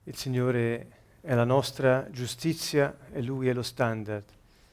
Il Signore è la nostra giustizia e Lui è lo standard.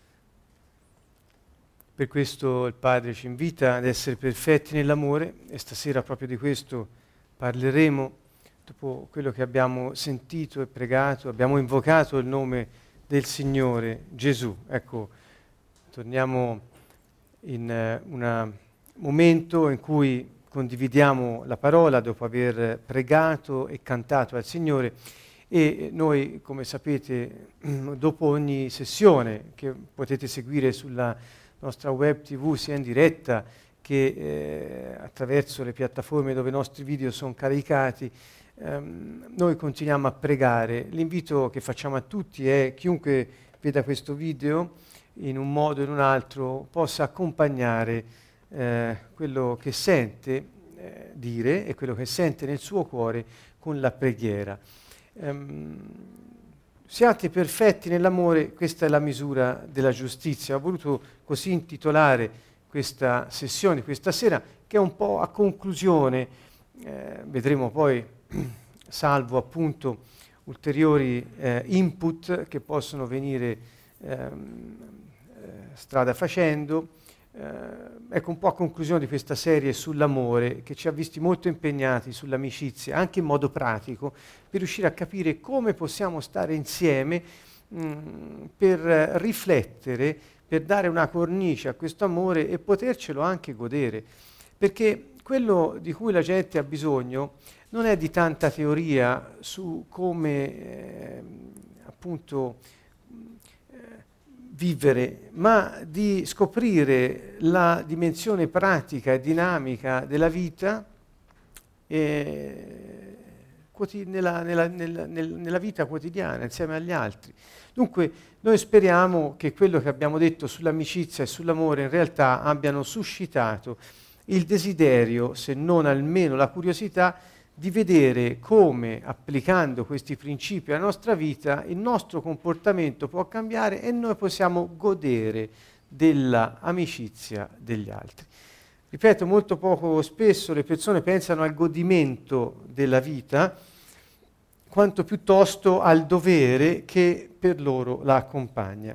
Per questo il Padre ci invita ad essere perfetti nell'amore e stasera proprio di questo parleremo. Dopo quello che abbiamo sentito e pregato, abbiamo invocato il nome del Signore Gesù. Ecco, torniamo in un momento in cui condividiamo la parola dopo aver pregato e cantato al Signore. E noi, come sapete, dopo ogni sessione che potete seguire sulla nostra web TV sia in diretta che attraverso le piattaforme dove i nostri video sono caricati, noi continuiamo a pregare. L'invito che facciamo a tutti è chiunque veda questo video in un modo o in un altro possa accompagnare quello che sente dire e quello che sente nel suo cuore con la preghiera. Siate perfetti nell'amore, questa è la misura della giustizia. Ho voluto così intitolare questa sessione, questa sera, che è un po' a conclusione, vedremo poi, salvo appunto ulteriori input che possono venire strada facendo, ecco un po' a conclusione di questa serie sull'amore che ci ha visti molto impegnati sull'amicizia, anche in modo pratico, per riuscire a capire come possiamo stare insieme per riflettere, per dare una cornice a questo amore e potercelo anche godere. Perché quello di cui la gente ha bisogno non è di tanta teoria su come appunto vivere, ma di scoprire la dimensione pratica e dinamica della vita nella vita quotidiana, insieme agli altri. Dunque, noi speriamo che quello che abbiamo detto sull'amicizia e sull'amore in realtà abbiano suscitato il desiderio, se non almeno la curiosità, di vedere come, applicando questi principi alla nostra vita, il nostro comportamento può cambiare e noi possiamo godere dell'amicizia degli altri. Ripeto, molto poco spesso le persone pensano al godimento della vita, quanto piuttosto al dovere che per loro la accompagna.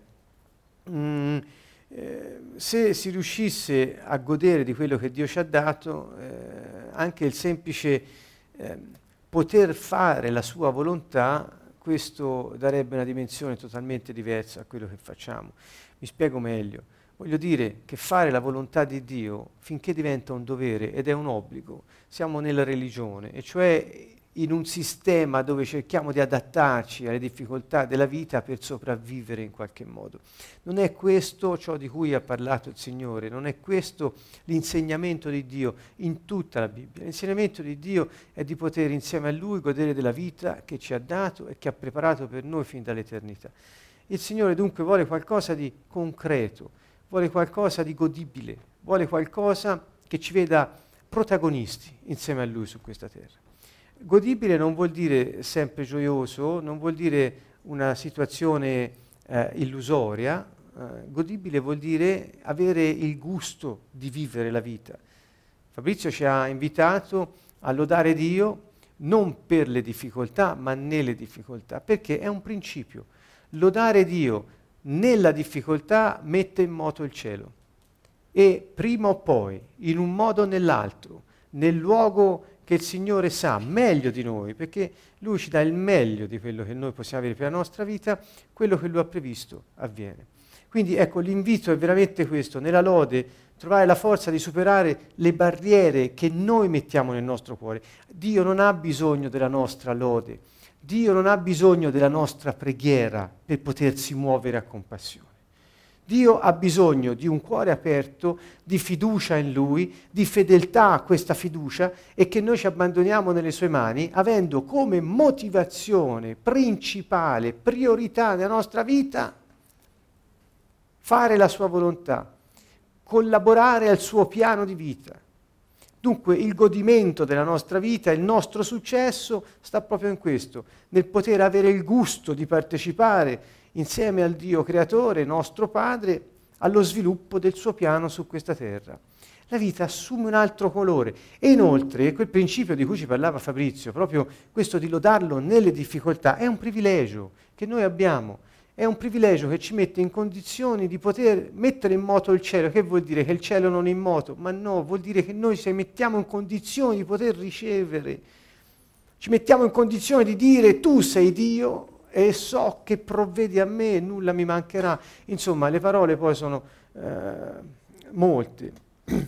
Se si riuscisse a godere di quello che Dio ci ha dato, anche il semplice poter fare la sua volontà, questo darebbe una dimensione totalmente diversa a quello che facciamo. Mi spiego meglio. Voglio dire che fare la volontà di Dio, finché diventa un dovere ed è un obbligo, siamo nella religione, e cioè in un sistema dove cerchiamo di adattarci alle difficoltà della vita per sopravvivere in qualche modo. Non è questo ciò di cui ha parlato il Signore, non è questo l'insegnamento di Dio in tutta la Bibbia. L'insegnamento di Dio è di poter insieme a Lui godere della vita che ci ha dato e che ha preparato per noi fin dall'eternità. Il Signore dunque vuole qualcosa di concreto, vuole qualcosa di godibile, vuole qualcosa che ci veda protagonisti insieme a Lui su questa terra. Godibile non vuol dire sempre gioioso, non vuol dire una situazione illusoria, godibile vuol dire avere il gusto di vivere la vita. Fabrizio ci ha invitato a lodare Dio non per le difficoltà, ma nelle difficoltà, perché è un principio. Lodare Dio nella difficoltà mette in moto il cielo e prima o poi, in un modo o nell'altro, nel luogo che il Signore sa meglio di noi, perché Lui ci dà il meglio di quello che noi possiamo avere per la nostra vita, quello che Lui ha previsto avviene. Quindi ecco, l'invito è veramente questo, nella lode trovare la forza di superare le barriere che noi mettiamo nel nostro cuore. Dio non ha bisogno della nostra lode, Dio non ha bisogno della nostra preghiera per potersi muovere a compassione. Dio ha bisogno di un cuore aperto, di fiducia in Lui, di fedeltà a questa fiducia e che noi ci abbandoniamo nelle sue mani, avendo come motivazione principale, priorità nella nostra vita, fare la sua volontà, collaborare al suo piano di vita. Dunque il godimento della nostra vita, il nostro successo sta proprio in questo, nel poter avere il gusto di partecipare insieme al Dio creatore, nostro Padre, allo sviluppo del suo piano su questa terra. La vita assume un altro colore. E inoltre, quel principio di cui ci parlava Fabrizio, proprio questo di lodarlo nelle difficoltà, è un privilegio che noi abbiamo. È un privilegio che ci mette in condizioni di poter mettere in moto il cielo. Che vuol dire? Che il cielo non è in moto? Ma no, vuol dire che noi ci mettiamo in condizioni di poter ricevere. Ci mettiamo in condizione di dire: tu sei Dio e so che provvedi a me, nulla mi mancherà. Insomma, le parole poi sono molte.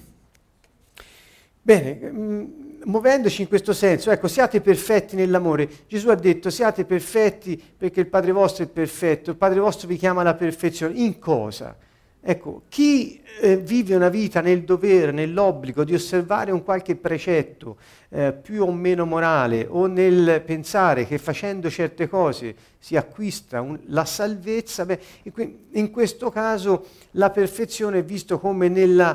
Bene, muovendoci in questo senso, ecco, siate perfetti nell'amore. Gesù ha detto: siate perfetti perché il Padre vostro è perfetto. Il Padre vostro vi chiama alla perfezione. In cosa? Ecco, chi vive una vita nel dovere, nell'obbligo di osservare un qualche precetto più o meno morale, o nel pensare che facendo certe cose si acquista la salvezza, beh, in questo caso la perfezione è visto come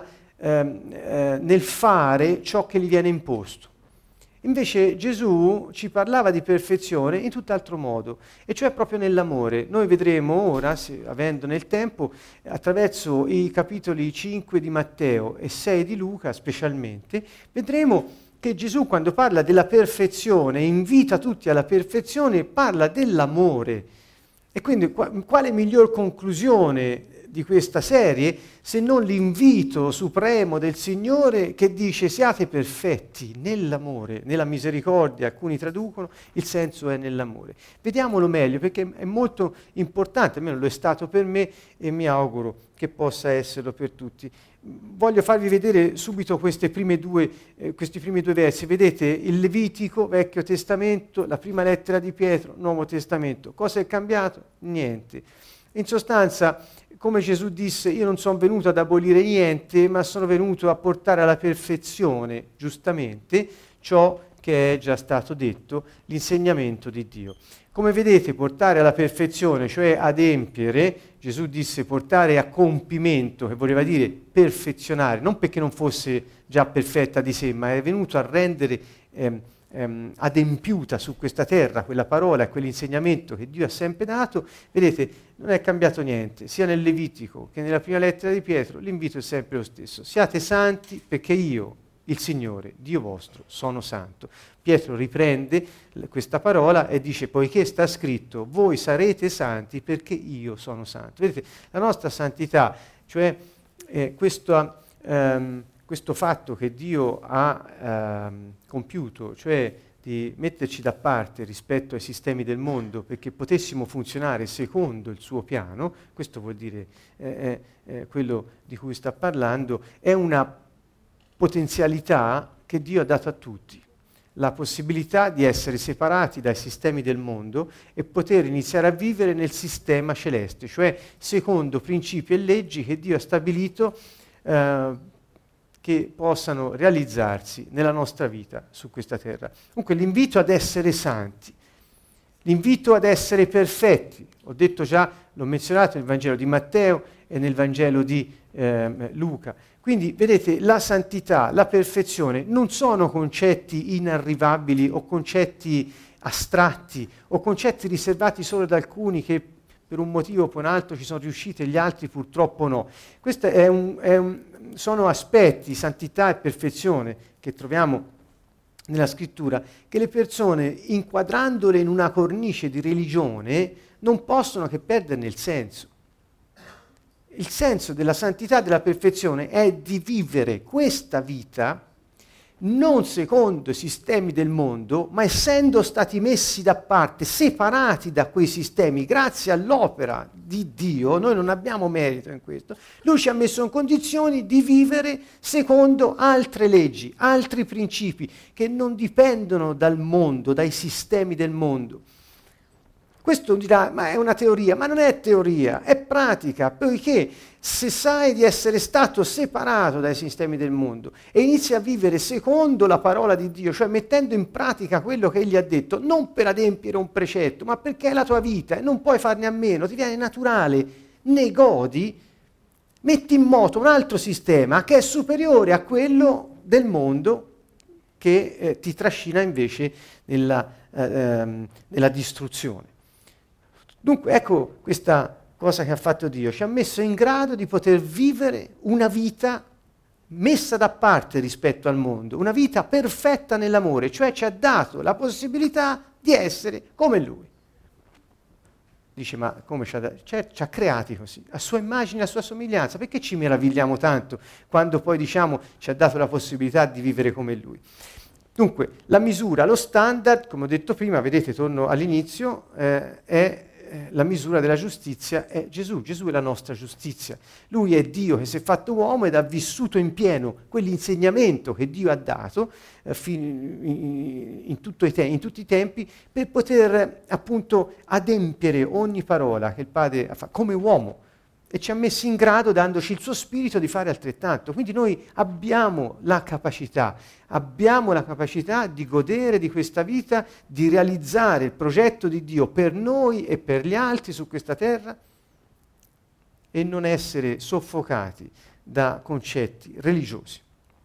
nel fare ciò che gli viene imposto. Invece Gesù ci parlava di perfezione in tutt'altro modo, e cioè proprio nell'amore. Noi vedremo ora, avendo nel tempo, attraverso i capitoli 5 di Matteo e 6 di Luca specialmente, vedremo che Gesù, quando parla della perfezione, invita tutti alla perfezione, parla dell'amore. E quindi quale miglior conclusione di questa serie se non l'invito supremo del Signore che dice: siate perfetti nell'amore, nella misericordia, alcuni traducono, il senso è nell'amore. Vediamolo meglio, perché è molto importante, almeno lo è stato per me e mi auguro che possa esserlo per tutti. Voglio farvi vedere subito questi primi due versi. Vedete il Levitico, Vecchio Testamento, la prima lettera di Pietro, Nuovo Testamento. Cosa è cambiato? Niente. In sostanza, come Gesù disse: io non sono venuto ad abolire niente, ma sono venuto a portare alla perfezione, giustamente, ciò che è già stato detto, l'insegnamento di Dio. Come vedete, portare alla perfezione, cioè adempiere, Gesù disse portare a compimento, che voleva dire perfezionare, non perché non fosse già perfetta di sé, ma è venuto a rendere adempiuta su questa terra quella parola e quell'insegnamento che Dio ha sempre dato. Vedete, non è cambiato niente, sia nel Levitico che nella prima lettera di Pietro, l'invito è sempre lo stesso: siate santi perché io, il Signore, Dio vostro, sono santo. Pietro riprende questa parola e dice: poiché sta scritto, voi sarete santi perché io sono santo. Vedete, la nostra santità, cioè questo fatto che Dio ha compiuto, cioè di metterci da parte rispetto ai sistemi del mondo perché potessimo funzionare secondo il suo piano, questo vuol dire quello di cui sta parlando, è una potenzialità che Dio ha dato a tutti, la possibilità di essere separati dai sistemi del mondo e poter iniziare a vivere nel sistema celeste, cioè secondo principi e leggi che Dio ha stabilito che possano realizzarsi nella nostra vita su questa terra. Comunque l'invito ad essere santi, l'invito ad essere perfetti, ho detto già, l'ho menzionato nel Vangelo di Matteo e nel Vangelo di Luca. Quindi vedete, la santità, la perfezione non sono concetti inarrivabili o concetti astratti o concetti riservati solo ad alcuni che per un motivo o per un altro ci sono riusciti e gli altri purtroppo no. Questi sono aspetti, santità e perfezione, che troviamo nella scrittura, che le persone, inquadrandole in una cornice di religione, non possono che perderne il senso. Il senso della santità e della perfezione è di vivere questa vita non secondo i sistemi del mondo, ma essendo stati messi da parte, separati da quei sistemi, grazie all'opera di Dio. Noi non abbiamo merito in questo. Lui ci ha messo in condizioni di vivere secondo altre leggi, altri principi che non dipendono dal mondo, dai sistemi del mondo. Questo dirà: ma è una teoria, ma non è teoria, è pratica, poiché se sai di essere stato separato dai sistemi del mondo e inizi a vivere secondo la parola di Dio, cioè mettendo in pratica quello che Egli ha detto, non per adempiere un precetto, ma perché è la tua vita e non puoi farne a meno, ti viene naturale, ne godi, metti in moto un altro sistema che è superiore a quello del mondo che ti trascina invece nella distruzione. Dunque, ecco questa cosa che ha fatto Dio, ci ha messo in grado di poter vivere una vita messa da parte rispetto al mondo, una vita perfetta nell'amore, cioè ci ha dato la possibilità di essere come Lui. Dice, ma come ci ha creati così, a sua immagine, a sua somiglianza, perché ci meravigliamo tanto quando poi diciamo ci ha dato la possibilità di vivere come Lui? Dunque, la misura, lo standard, come ho detto prima, vedete, torno all'inizio, è la misura della giustizia, è Gesù. Gesù è la nostra giustizia. Lui è Dio che si è fatto uomo ed ha vissuto in pieno quell'insegnamento che Dio ha dato in tutti i tempi per poter appunto adempiere ogni parola che il Padre ha fatto come uomo e ci ha messi in grado, dandoci il suo spirito, di fare altrettanto. Quindi noi abbiamo la capacità di godere di questa vita, di realizzare il progetto di Dio per noi e per gli altri su questa terra e non essere soffocati da concetti religiosi.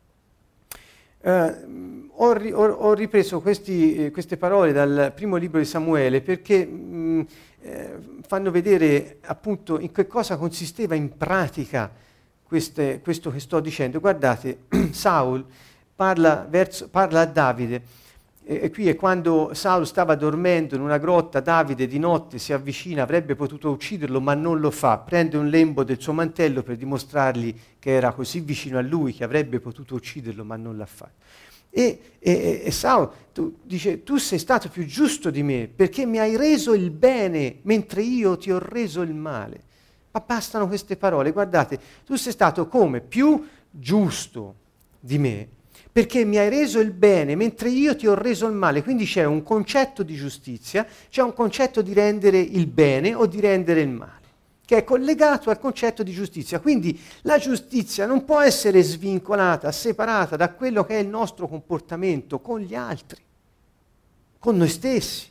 Ho ripreso queste parole dal primo libro di Samuele perché fanno vedere appunto in che cosa consisteva in pratica questo che sto dicendo. Guardate, Saul parla a Davide, e qui è quando Saul stava dormendo in una grotta. Davide di notte si avvicina, avrebbe potuto ucciderlo ma non lo fa, prende un lembo del suo mantello per dimostrargli che era così vicino a lui che avrebbe potuto ucciderlo ma non l'ha fatto. E Saul dice, tu sei stato più giusto di me perché mi hai reso il bene mentre io ti ho reso il male. Ma bastano queste parole, guardate, tu sei stato come più giusto di me perché mi hai reso il bene mentre io ti ho reso il male. Quindi c'è un concetto di giustizia, c'è un concetto di rendere il bene o di rendere il male, che è collegato al concetto di giustizia. Quindi la giustizia non può essere svincolata, separata da quello che è il nostro comportamento con gli altri, con noi stessi.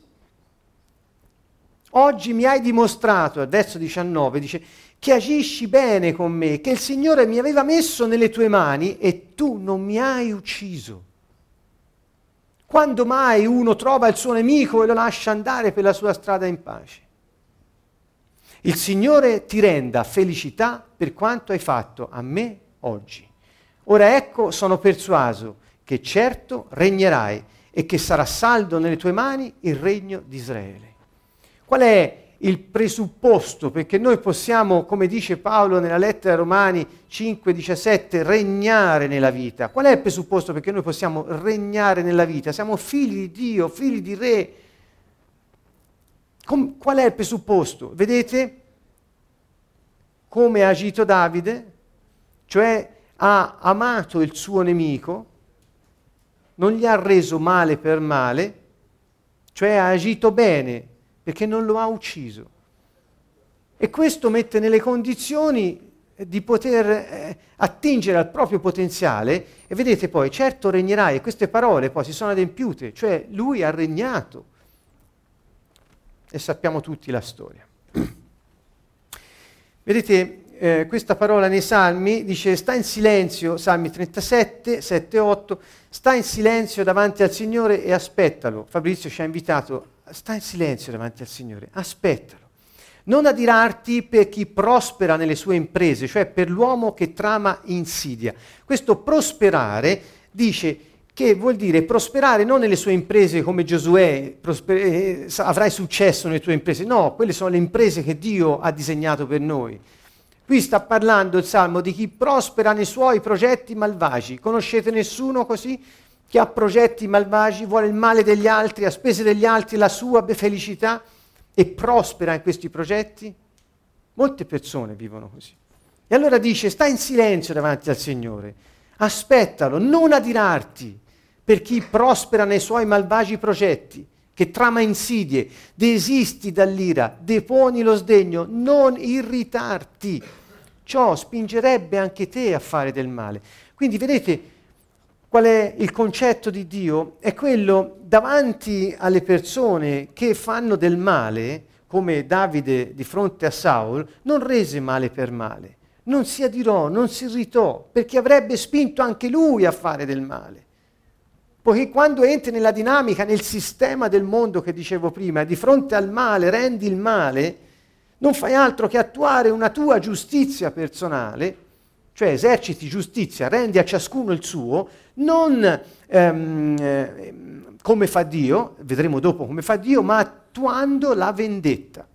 Oggi mi hai dimostrato, al verso 19, dice, che agisci bene con me, che il Signore mi aveva messo nelle tue mani e tu non mi hai ucciso. Quando mai uno trova il suo nemico e lo lascia andare per la sua strada in pace? Il Signore ti renda felicità per quanto hai fatto a me oggi. Ora ecco, sono persuaso che certo regnerai e che sarà saldo nelle tue mani il regno di Israele. Qual è il presupposto perché noi possiamo, come dice Paolo nella lettera ai Romani 5,17, regnare nella vita? Qual è il presupposto perché noi possiamo regnare nella vita? Siamo figli di Dio, figli di Re. Qual è il presupposto? Vedete come ha agito Davide? Cioè ha amato il suo nemico, non gli ha reso male per male, cioè ha agito bene perché non lo ha ucciso. E questo mette nelle condizioni di poter attingere al proprio potenziale. E vedete poi, certo regnerai, e queste parole poi si sono adempiute, cioè lui ha regnato. E sappiamo tutti la storia. Vedete, questa parola nei Salmi dice, sta in silenzio, Salmi 37, 7, 8, sta in silenzio davanti al Signore e aspettalo. Fabrizio ci ha invitato, sta in silenzio davanti al Signore, aspettalo. Non adirarti per chi prospera nelle sue imprese, cioè per l'uomo che trama insidia. Questo prosperare dice che vuol dire prosperare non nelle sue imprese come Giosuè, avrai successo nelle tue imprese. No, quelle sono le imprese che Dio ha disegnato per noi. Qui sta parlando il Salmo di chi prospera nei suoi progetti malvagi. Conoscete nessuno così? Che ha progetti malvagi, vuole il male degli altri, a spese degli altri la sua felicità e prospera in questi progetti? Molte persone vivono così. E allora dice, stai in silenzio davanti al Signore, aspettalo, non adirarti per chi prospera nei suoi malvagi progetti, che trama insidie, desisti dall'ira, deponi lo sdegno, non irritarti. Ciò spingerebbe anche te a fare del male. Quindi vedete qual è il concetto di Dio? È quello davanti alle persone che fanno del male, come Davide di fronte a Saul, non rese male per male, non si adirò, non si irritò, perché avrebbe spinto anche lui a fare del male. Poiché quando entri nella dinamica, nel sistema del mondo che dicevo prima, di fronte al male rendi il male, non fai altro che attuare una tua giustizia personale, cioè eserciti giustizia, rendi a ciascuno il suo, non come fa Dio, vedremo dopo come fa Dio, ma attuando la vendetta.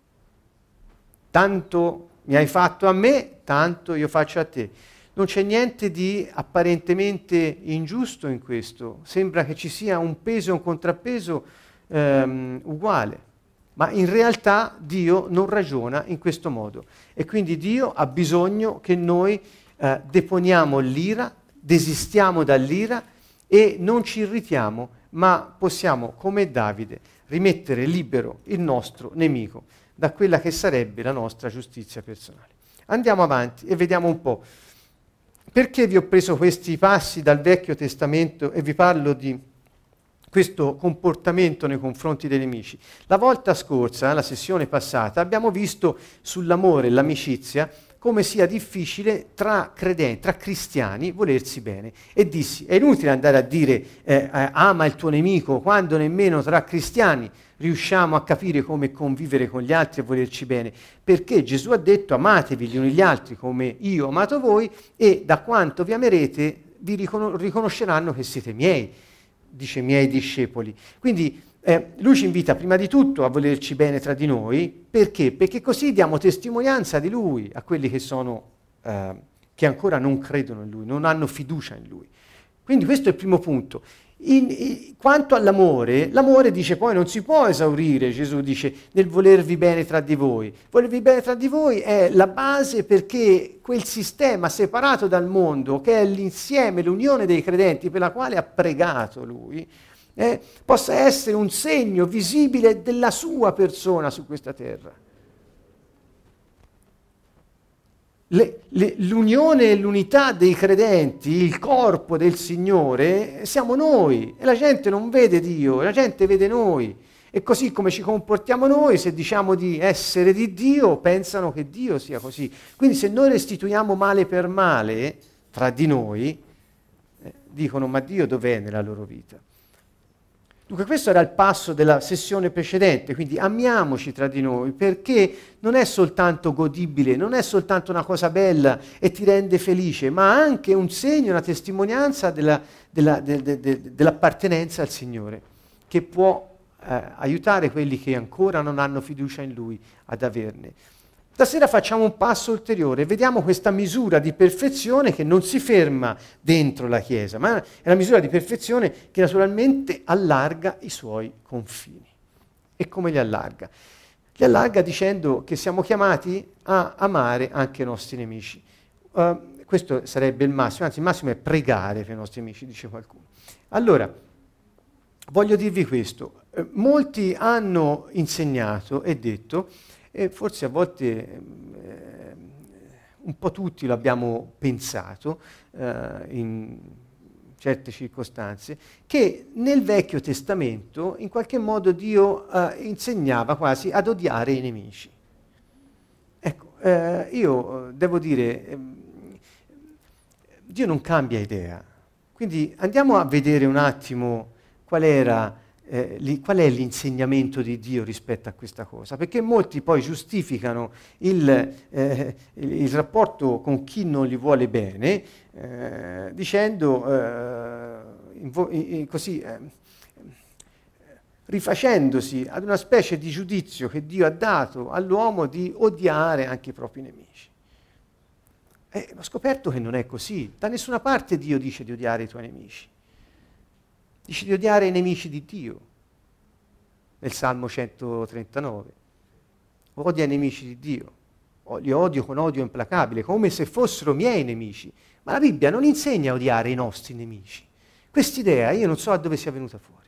Tanto mi hai fatto a me, tanto io faccio a te. Non c'è niente di apparentemente ingiusto in questo, sembra che ci sia un peso e un contrappeso uguale, ma in realtà Dio non ragiona in questo modo e quindi Dio ha bisogno che noi deponiamo l'ira, desistiamo dall'ira e non ci irritiamo, ma possiamo, come Davide, rimettere libero il nostro nemico da quella che sarebbe la nostra giustizia personale. Andiamo avanti e vediamo un po'. Perché vi ho preso questi passi dal Vecchio Testamento e vi parlo di questo comportamento nei confronti dei nemici? La volta scorsa, la sessione passata, abbiamo visto sull'amore e l'amicizia come sia difficile tra credenti, tra cristiani, volersi bene. E dissi, è inutile andare a dire ama il tuo nemico, quando nemmeno tra cristiani riusciamo a capire come convivere con gli altri e volerci bene, perché Gesù ha detto amatevi gli uni gli altri come io ho amato voi e da quanto vi amerete vi riconosceranno che siete miei, dice miei discepoli. Quindi lui ci invita prima di tutto a volerci bene tra di noi, perché? Perché così diamo testimonianza di lui a quelli che sono che ancora non credono in lui, non hanno fiducia in lui. Quindi questo è il primo punto. Quanto all'amore, l'amore dice poi non si può esaurire, Gesù dice, nel volervi bene tra di voi. Volervi bene tra di voi è la base perché quel sistema separato dal mondo, che è l'insieme, l'unione dei credenti per la quale ha pregato lui, possa essere un segno visibile della sua persona su questa terra. L'unione e l'unità dei credenti, il corpo del Signore, siamo noi e la gente non vede Dio, la gente vede noi e così come ci comportiamo noi, se diciamo di essere di Dio, pensano che Dio sia così. Quindi se noi restituiamo male per male tra di noi, dicono ma Dio dov'è nella loro vita? Dunque questo era il passo della sessione precedente, quindi amiamoci tra di noi perché non è soltanto godibile, non è soltanto una cosa bella e ti rende felice, ma anche un segno, una testimonianza dell'appartenenza al Signore, che può aiutare quelli che ancora non hanno fiducia in Lui ad averne. Stasera facciamo un passo ulteriore, vediamo questa misura di perfezione che non si ferma dentro la Chiesa, ma è una misura di perfezione che naturalmente allarga i suoi confini. E come li allarga? Li allarga dicendo che siamo chiamati a amare anche i nostri nemici. Questo sarebbe il massimo, anzi il massimo è pregare per i nostri amici, dice qualcuno. Allora, voglio dirvi questo, molti hanno insegnato e detto, e forse a volte un po' tutti lo abbiamo pensato in certe circostanze, che nel Vecchio Testamento in qualche modo Dio insegnava quasi ad odiare i nemici. Ecco, io devo dire, Dio non cambia idea, quindi andiamo a vedere un attimo qual è l'insegnamento di Dio rispetto a questa cosa, perché molti poi giustificano il rapporto con chi non gli vuole bene dicendo rifacendosi ad una specie di giudizio che Dio ha dato all'uomo di odiare anche i propri nemici. Ho scoperto che non è così, da nessuna parte Dio dice di odiare i tuoi nemici. Dice di odiare i nemici di Dio, nel Salmo 139. Odia i nemici di Dio, li odio con odio implacabile, come se fossero miei nemici. Ma la Bibbia non insegna a odiare i nostri nemici. Quest'idea io non so a dove sia venuta fuori.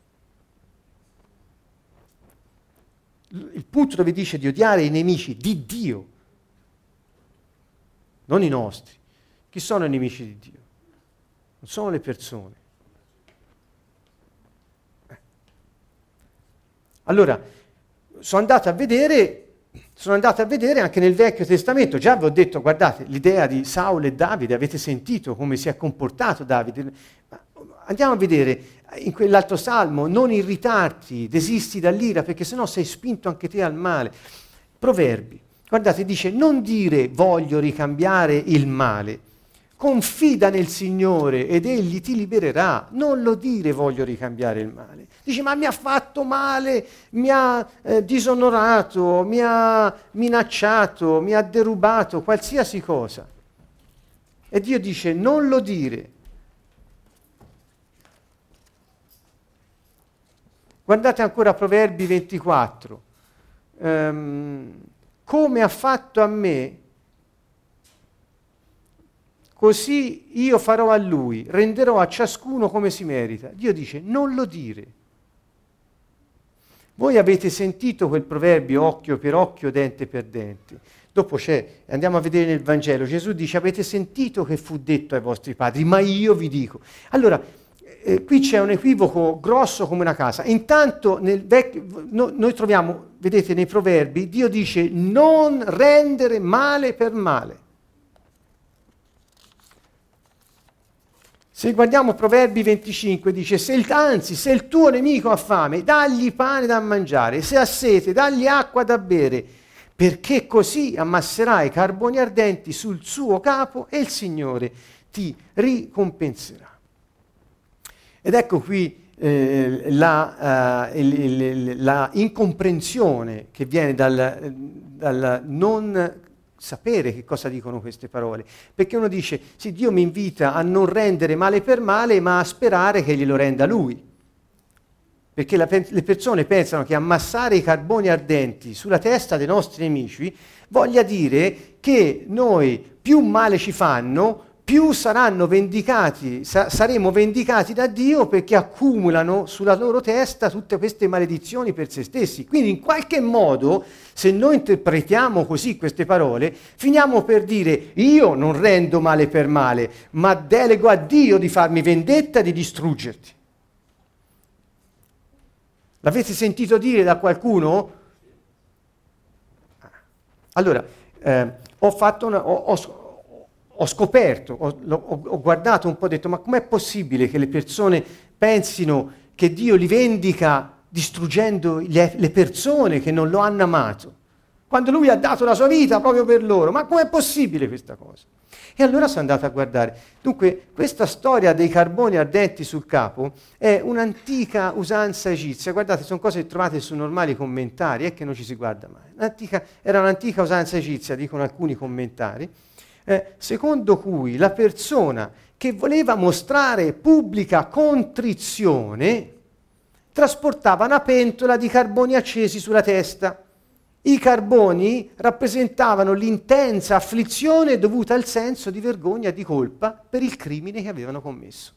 Il punto dove dice di odiare i nemici di Dio, non i nostri. Chi sono i nemici di Dio? Non sono le persone. Allora, sono andato a vedere anche nel Vecchio Testamento, già vi ho detto, guardate, l'idea di Saulo e Davide, avete sentito come si è comportato Davide? Andiamo a vedere in quell'altro salmo, non irritarti, desisti dall'ira, perché sennò sei spinto anche te al male. Proverbi, Guardate, dice, non dire voglio ricambiare il male, confida nel Signore ed Egli ti libererà, non lo dire voglio ricambiare il male. Dice, ma mi ha fatto male, mi ha disonorato, mi ha minacciato, mi ha derubato, qualsiasi cosa. E Dio dice, non lo dire. Guardate ancora Proverbi 24. Come ha fatto a me, così io farò a lui, renderò a ciascuno come si merita. Dio dice, non lo dire. Voi avete sentito quel proverbio occhio per occhio, dente per dente. Dopo andiamo a vedere nel Vangelo, Gesù dice, avete sentito che fu detto ai vostri padri, ma io vi dico. Allora, qui c'è un equivoco grosso come una casa. Intanto noi troviamo, vedete nei proverbi, Dio dice non rendere male per male. Se guardiamo Proverbi 25 dice se il tuo nemico ha fame, dagli pane da mangiare, se ha sete, dagli acqua da bere, perché così ammasserai carboni ardenti sul suo capo e il Signore ti ricompenserà. Ed ecco qui la incomprensione che viene dal non sapere che cosa dicono queste parole. Perché uno dice, sì, Dio mi invita a non rendere male per male, ma a sperare che glielo renda Lui. Perché le persone pensano che ammassare i carboni ardenti sulla testa dei nostri nemici voglia dire che noi più male ci fanno, più saranno vendicati, saremo vendicati da Dio perché accumulano sulla loro testa tutte queste maledizioni per se stessi. Quindi in qualche modo, se noi interpretiamo così queste parole, finiamo per dire io non rendo male per male, ma delego a Dio di farmi vendetta e di distruggerti. L'avete sentito dire da qualcuno? Allora, ho scoperto, ho guardato un po', ho detto, ma com'è possibile che le persone pensino che Dio li vendica distruggendo le persone che non lo hanno amato, quando Lui ha dato la sua vita proprio per loro? Ma com'è possibile questa cosa? E allora sono andato a guardare. Dunque, questa storia dei carboni ardenti sul capo è un'antica usanza egizia. Guardate, sono cose che trovate su normali commentari, è che non ci si guarda mai. Era un'antica usanza egizia, dicono alcuni commentari, secondo cui la persona che voleva mostrare pubblica contrizione trasportava una pentola di carboni accesi sulla testa. I carboni rappresentavano l'intensa afflizione dovuta al senso di vergogna e di colpa per il crimine che avevano commesso.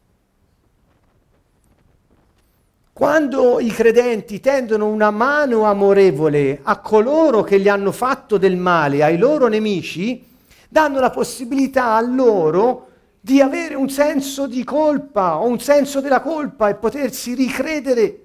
Quando i credenti tendono una mano amorevole a coloro che gli hanno fatto del male, ai loro nemici, danno la possibilità a loro di avere un senso di colpa o un senso della colpa e potersi ricredere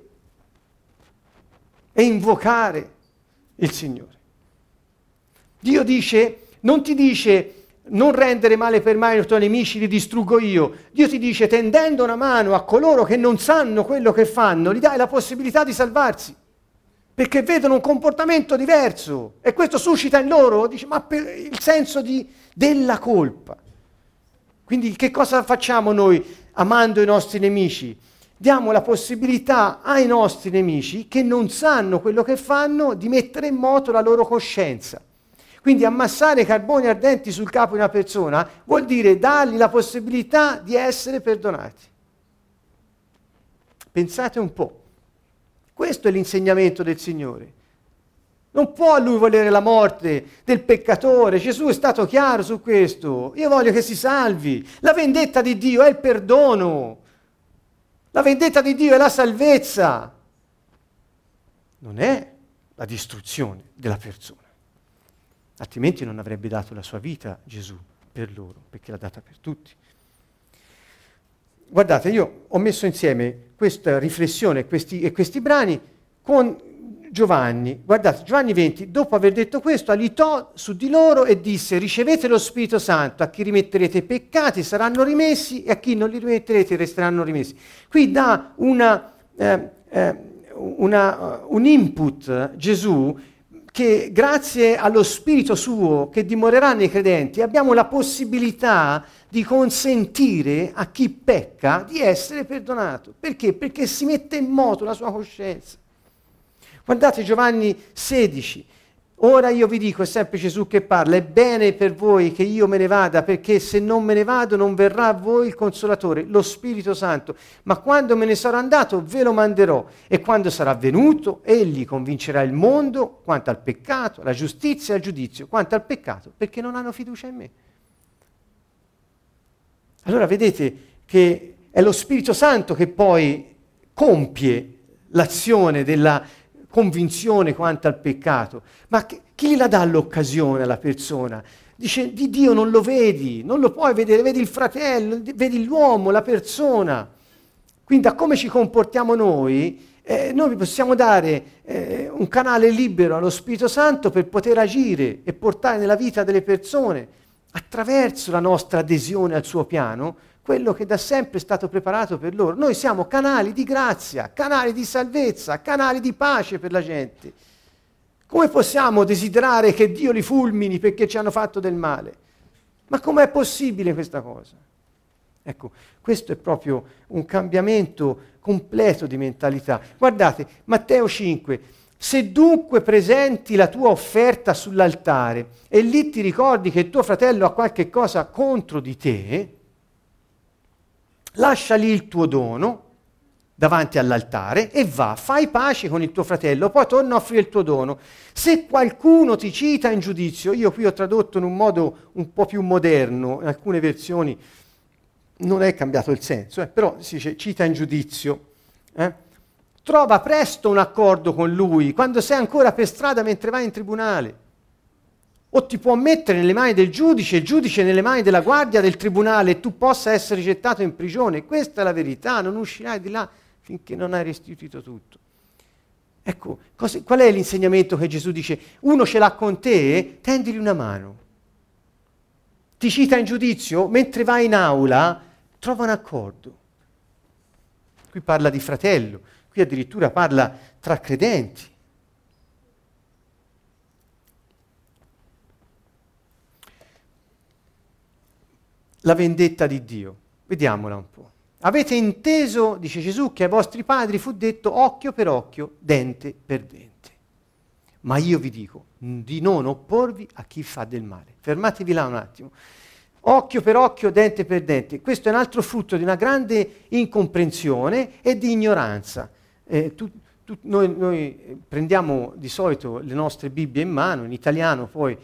e invocare il Signore. Dio dice, non ti dice non rendere male per male ai tuoi nemici, li distruggo io. Dio ti dice, tendendo una mano a coloro che non sanno quello che fanno, gli dai la possibilità di salvarsi, perché vedono un comportamento diverso e questo suscita in loro, dice, ma per il senso della colpa. Quindi che cosa facciamo noi amando i nostri nemici? Diamo la possibilità ai nostri nemici che non sanno quello che fanno di mettere in moto la loro coscienza. Quindi ammassare i carboni ardenti sul capo di una persona vuol dire dargli la possibilità di essere perdonati. Pensate un po'. Questo è l'insegnamento del Signore. Non può Lui volere la morte del peccatore. Gesù è stato chiaro su questo. Io voglio che si salvi. La vendetta di Dio è il perdono. La vendetta di Dio è la salvezza. Non è la distruzione della persona. Altrimenti non avrebbe dato la sua vita Gesù per loro, perché l'ha data per tutti. Guardate, io ho messo insieme questa riflessione e questi brani con Giovanni. Guardate, Giovanni 20, dopo aver detto questo, alitò su di loro e disse: ricevete lo Spirito Santo, a chi rimetterete i peccati saranno rimessi e a chi non li rimetterete resteranno rimessi. Qui dà un input Gesù che grazie allo Spirito suo che dimorerà nei credenti abbiamo la possibilità di consentire a chi pecca di essere perdonato. Perché? Perché si mette in moto la sua coscienza. Guardate Giovanni 16. Ora io vi dico, è sempre Gesù che parla, è bene per voi che io me ne vada, perché se non me ne vado non verrà a voi il Consolatore, lo Spirito Santo. Ma quando me ne sarò andato ve lo manderò, e quando sarà venuto egli convincerà il mondo quanto al peccato, alla giustizia e al giudizio, quanto al peccato, perché non hanno fiducia in me. Allora vedete che è lo Spirito Santo che poi compie l'azione della convinzione quanto al peccato. Ma chi la dà l'occasione alla persona? Dice, di Dio non lo vedi, non lo puoi vedere, vedi il fratello, vedi l'uomo, la persona. Quindi da come ci comportiamo noi possiamo dare un canale libero allo Spirito Santo per poter agire e portare nella vita delle persone, attraverso la nostra adesione al suo piano, quello che da sempre è stato preparato per loro. Noi siamo canali di grazia, canali di salvezza, canali di pace per la gente. Come possiamo desiderare che Dio li fulmini perché ci hanno fatto del male? Ma com'è possibile questa cosa? Ecco, questo è proprio un cambiamento completo di mentalità. Guardate, Matteo 5. Se dunque presenti la tua offerta sull'altare e lì ti ricordi che tuo fratello ha qualche cosa contro di te, lascia lì il tuo dono davanti all'altare e va, fai pace con il tuo fratello, poi torna a offrire il tuo dono. Se qualcuno ti cita in giudizio, io qui ho tradotto in un modo un po' più moderno, in alcune versioni non è cambiato il senso, però si dice cita in giudizio, trova presto un accordo con lui, quando sei ancora per strada mentre vai in tribunale. O ti può mettere nelle mani del giudice, il giudice nelle mani della guardia del tribunale e tu possa essere gettato in prigione. Questa è la verità, non uscirai di là finché non hai restituito tutto. Ecco, qual è l'insegnamento che Gesù dice? Uno ce l'ha con te, tendili una mano. Ti cita in giudizio, mentre vai in aula, trova un accordo. Qui parla di fratello, qui addirittura parla tra credenti. La vendetta di Dio. Vediamola un po'. Avete inteso, dice Gesù, che ai vostri padri fu detto occhio per occhio, dente per dente. Ma io vi dico di non opporvi a chi fa del male. Fermatevi là un attimo. Occhio per occhio, dente per dente. Questo è un altro frutto di una grande incomprensione e di ignoranza. Noi prendiamo di solito le nostre Bibbie in mano, in italiano poi,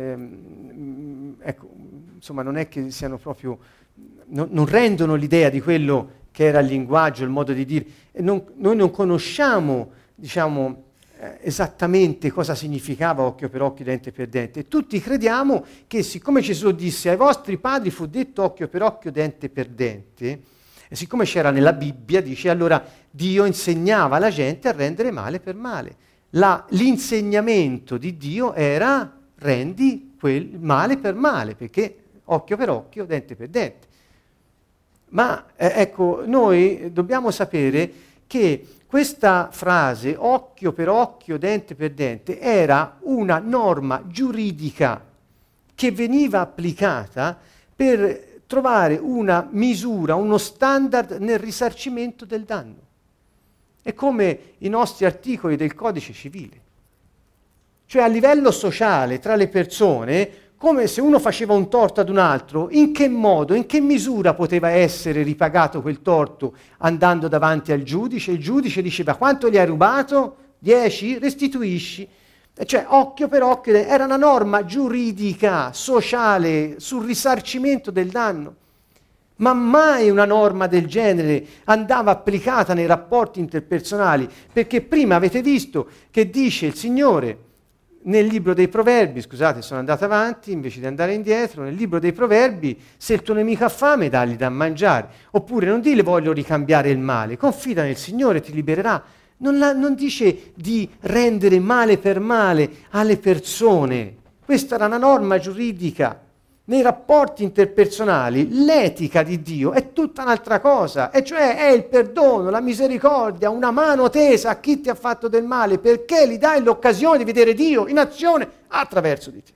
ecco, insomma non è che siano proprio, non rendono l'idea di quello che era il linguaggio, il modo di dire. Noi non conosciamo, diciamo, esattamente cosa significava occhio per occhio, dente per dente. E tutti crediamo che siccome Gesù disse ai vostri padri fu detto occhio per occhio, dente per dente, e siccome c'era nella Bibbia, dice, allora Dio insegnava alla gente a rendere male per male. L'insegnamento di Dio era rendi quel male per male, perché occhio per occhio, dente per dente. Ma ecco, noi dobbiamo sapere che questa frase, occhio per occhio, dente per dente, era una norma giuridica che veniva applicata per trovare una misura, uno standard nel risarcimento del danno. È come i nostri articoli del codice civile. Cioè a livello sociale, tra le persone, come se uno faceva un torto ad un altro, in che modo, in che misura poteva essere ripagato quel torto andando davanti al giudice? Il giudice diceva quanto gli hai rubato? 10? Restituisci. Cioè occhio per occhio, era una norma giuridica, sociale, sul risarcimento del danno. Ma mai una norma del genere andava applicata nei rapporti interpersonali, perché prima avete visto che dice il Signore nel libro dei Proverbi, scusate sono andato avanti invece di andare indietro, nel libro dei Proverbi, se il tuo nemico ha fame dagli da mangiare, oppure non dile voglio ricambiare il male, confida nel Signore, ti libererà. Non dice di rendere male per male alle persone, questa era una norma giuridica nei rapporti interpersonali l'etica di Dio è tutta un'altra cosa, e cioè è il perdono, la misericordia, una mano tesa a chi ti ha fatto del male, perché gli dai l'occasione di vedere Dio in azione attraverso di te.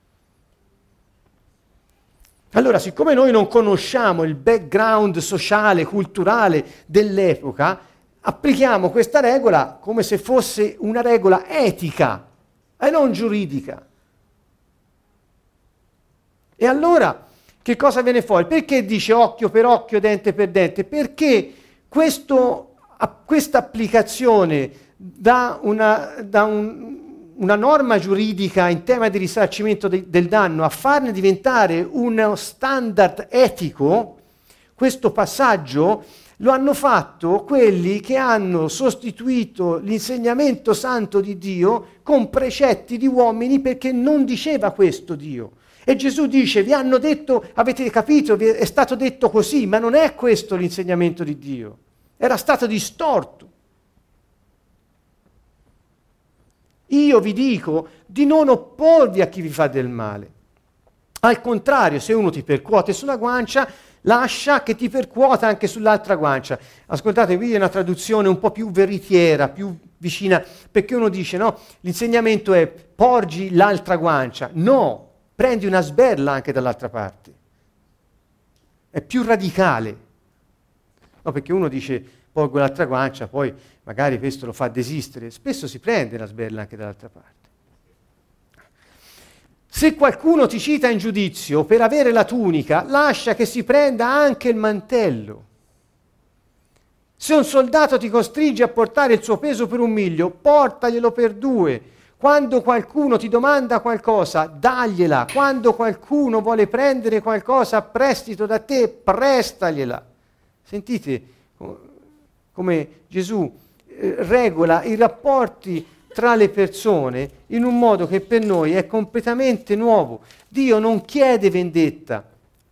Allora, siccome noi non conosciamo il background sociale, culturale dell'epoca, applichiamo questa regola come se fosse una regola etica e non giuridica. E allora, che cosa viene fuori? Perché dice occhio per occhio, dente per dente? Perché questa applicazione da una norma giuridica in tema di risarcimento del danno a farne diventare uno standard etico, questo passaggio lo hanno fatto quelli che hanno sostituito l'insegnamento santo di Dio con precetti di uomini, perché non diceva questo Dio. E Gesù dice, vi hanno detto, avete capito, è stato detto così, ma non è questo l'insegnamento di Dio. Era stato distorto. Io vi dico di non opporvi a chi vi fa del male. Al contrario, se uno ti percuote sulla guancia, lascia che ti percuota anche sull'altra guancia. Ascoltate, qui è una traduzione un po' più veritiera, più vicina, perché uno dice, no, l'insegnamento è porgi l'altra guancia. No, prendi una sberla anche dall'altra parte. È più radicale. No, perché uno dice, porgo l'altra guancia, poi magari questo lo fa desistere. Spesso si prende la sberla anche dall'altra parte. Se qualcuno ti cita in giudizio per avere la tunica, lascia che si prenda anche il mantello. Se un soldato ti costringe a portare il suo peso per 1 miglio, portaglielo per 2. Quando qualcuno ti domanda qualcosa, dagliela. Quando qualcuno vuole prendere qualcosa a prestito da te, prestagliela. Sentite come Gesù regola i rapporti tra le persone in un modo che per noi è completamente nuovo. Dio non chiede vendetta.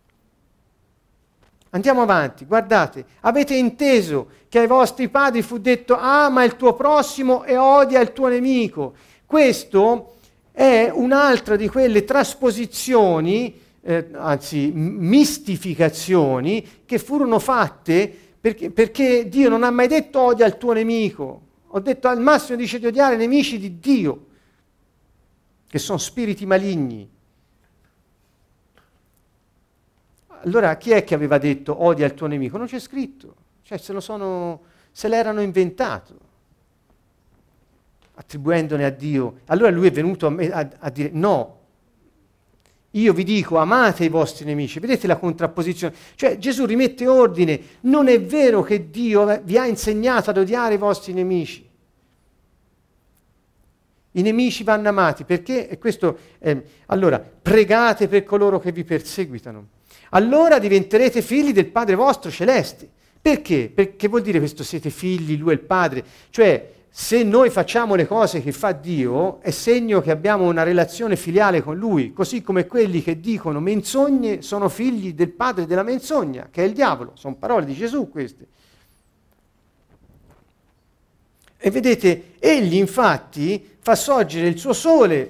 Andiamo avanti, guardate, avete inteso che ai vostri padri fu detto ama il tuo prossimo e odia il tuo nemico. Questo è un'altra di quelle trasposizioni, anzi mistificazioni, che furono fatte perché Dio non ha mai detto odia il tuo nemico. Ho detto al massimo dice di odiare i nemici di Dio, che sono spiriti maligni. Allora chi è che aveva detto odia il tuo nemico? Non c'è scritto, cioè se l'erano inventato, attribuendone a Dio. Allora lui è venuto a dire no, io vi dico amate i vostri nemici. Vedete la contrapposizione? Cioè Gesù rimette ordine, non è vero che Dio vi ha insegnato ad odiare i vostri nemici. I nemici vanno amati, perché? E questo, allora, pregate per coloro che vi perseguitano. Allora diventerete figli del Padre vostro celeste. Perché? Perché vuol dire questo siete figli, lui è il Padre? Cioè, se noi facciamo le cose che fa Dio, è segno che abbiamo una relazione filiale con Lui, così come quelli che dicono menzogne sono figli del padre della menzogna, che è il diavolo. Sono parole di Gesù queste. E vedete, egli infatti fa sorgere il suo sole,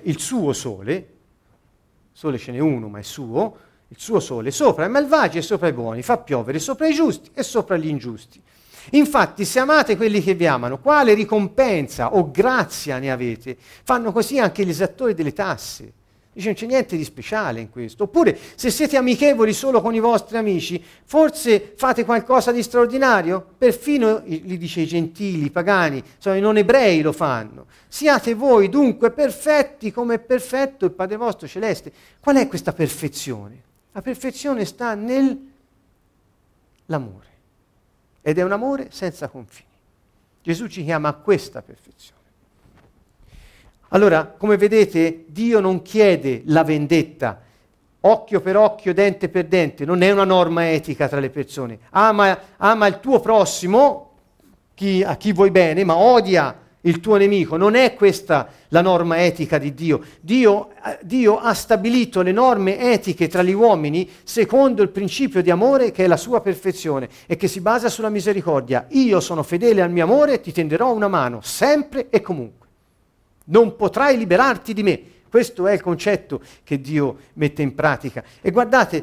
sole ce n'è uno ma è suo, il suo sole, sopra i malvagi e sopra i buoni, fa piovere sopra i giusti e sopra gli ingiusti. Infatti, se amate quelli che vi amano, quale ricompensa o grazia ne avete? Fanno così anche gli esattori delle tasse. Dice, non c'è niente di speciale in questo. Oppure, se siete amichevoli solo con i vostri amici, forse fate qualcosa di straordinario? Perfino, li dice i gentili, i pagani, insomma, i non ebrei lo fanno. Siate voi dunque perfetti come è perfetto il Padre vostro celeste. Qual è questa perfezione? La perfezione sta nell'amore. Ed è un amore senza confini. Gesù ci chiama a questa perfezione. Allora, come vedete, Dio non chiede la vendetta, occhio per occhio, dente per dente, non è una norma etica tra le persone. Ama il tuo prossimo, a chi vuoi bene, ma odia il tuo nemico. Non è questa la norma etica di Dio. Dio ha stabilito le norme etiche tra gli uomini secondo il principio di amore che è la sua perfezione e che si basa sulla misericordia. Io sono fedele al mio amore, ti tenderò una mano, sempre e comunque. Non potrai liberarti di me. Questo è il concetto che Dio mette in pratica. E guardate,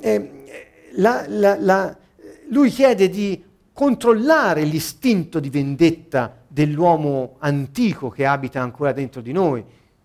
lui chiede di controllare l'istinto di vendetta dell'uomo antico che abita ancora dentro di noi.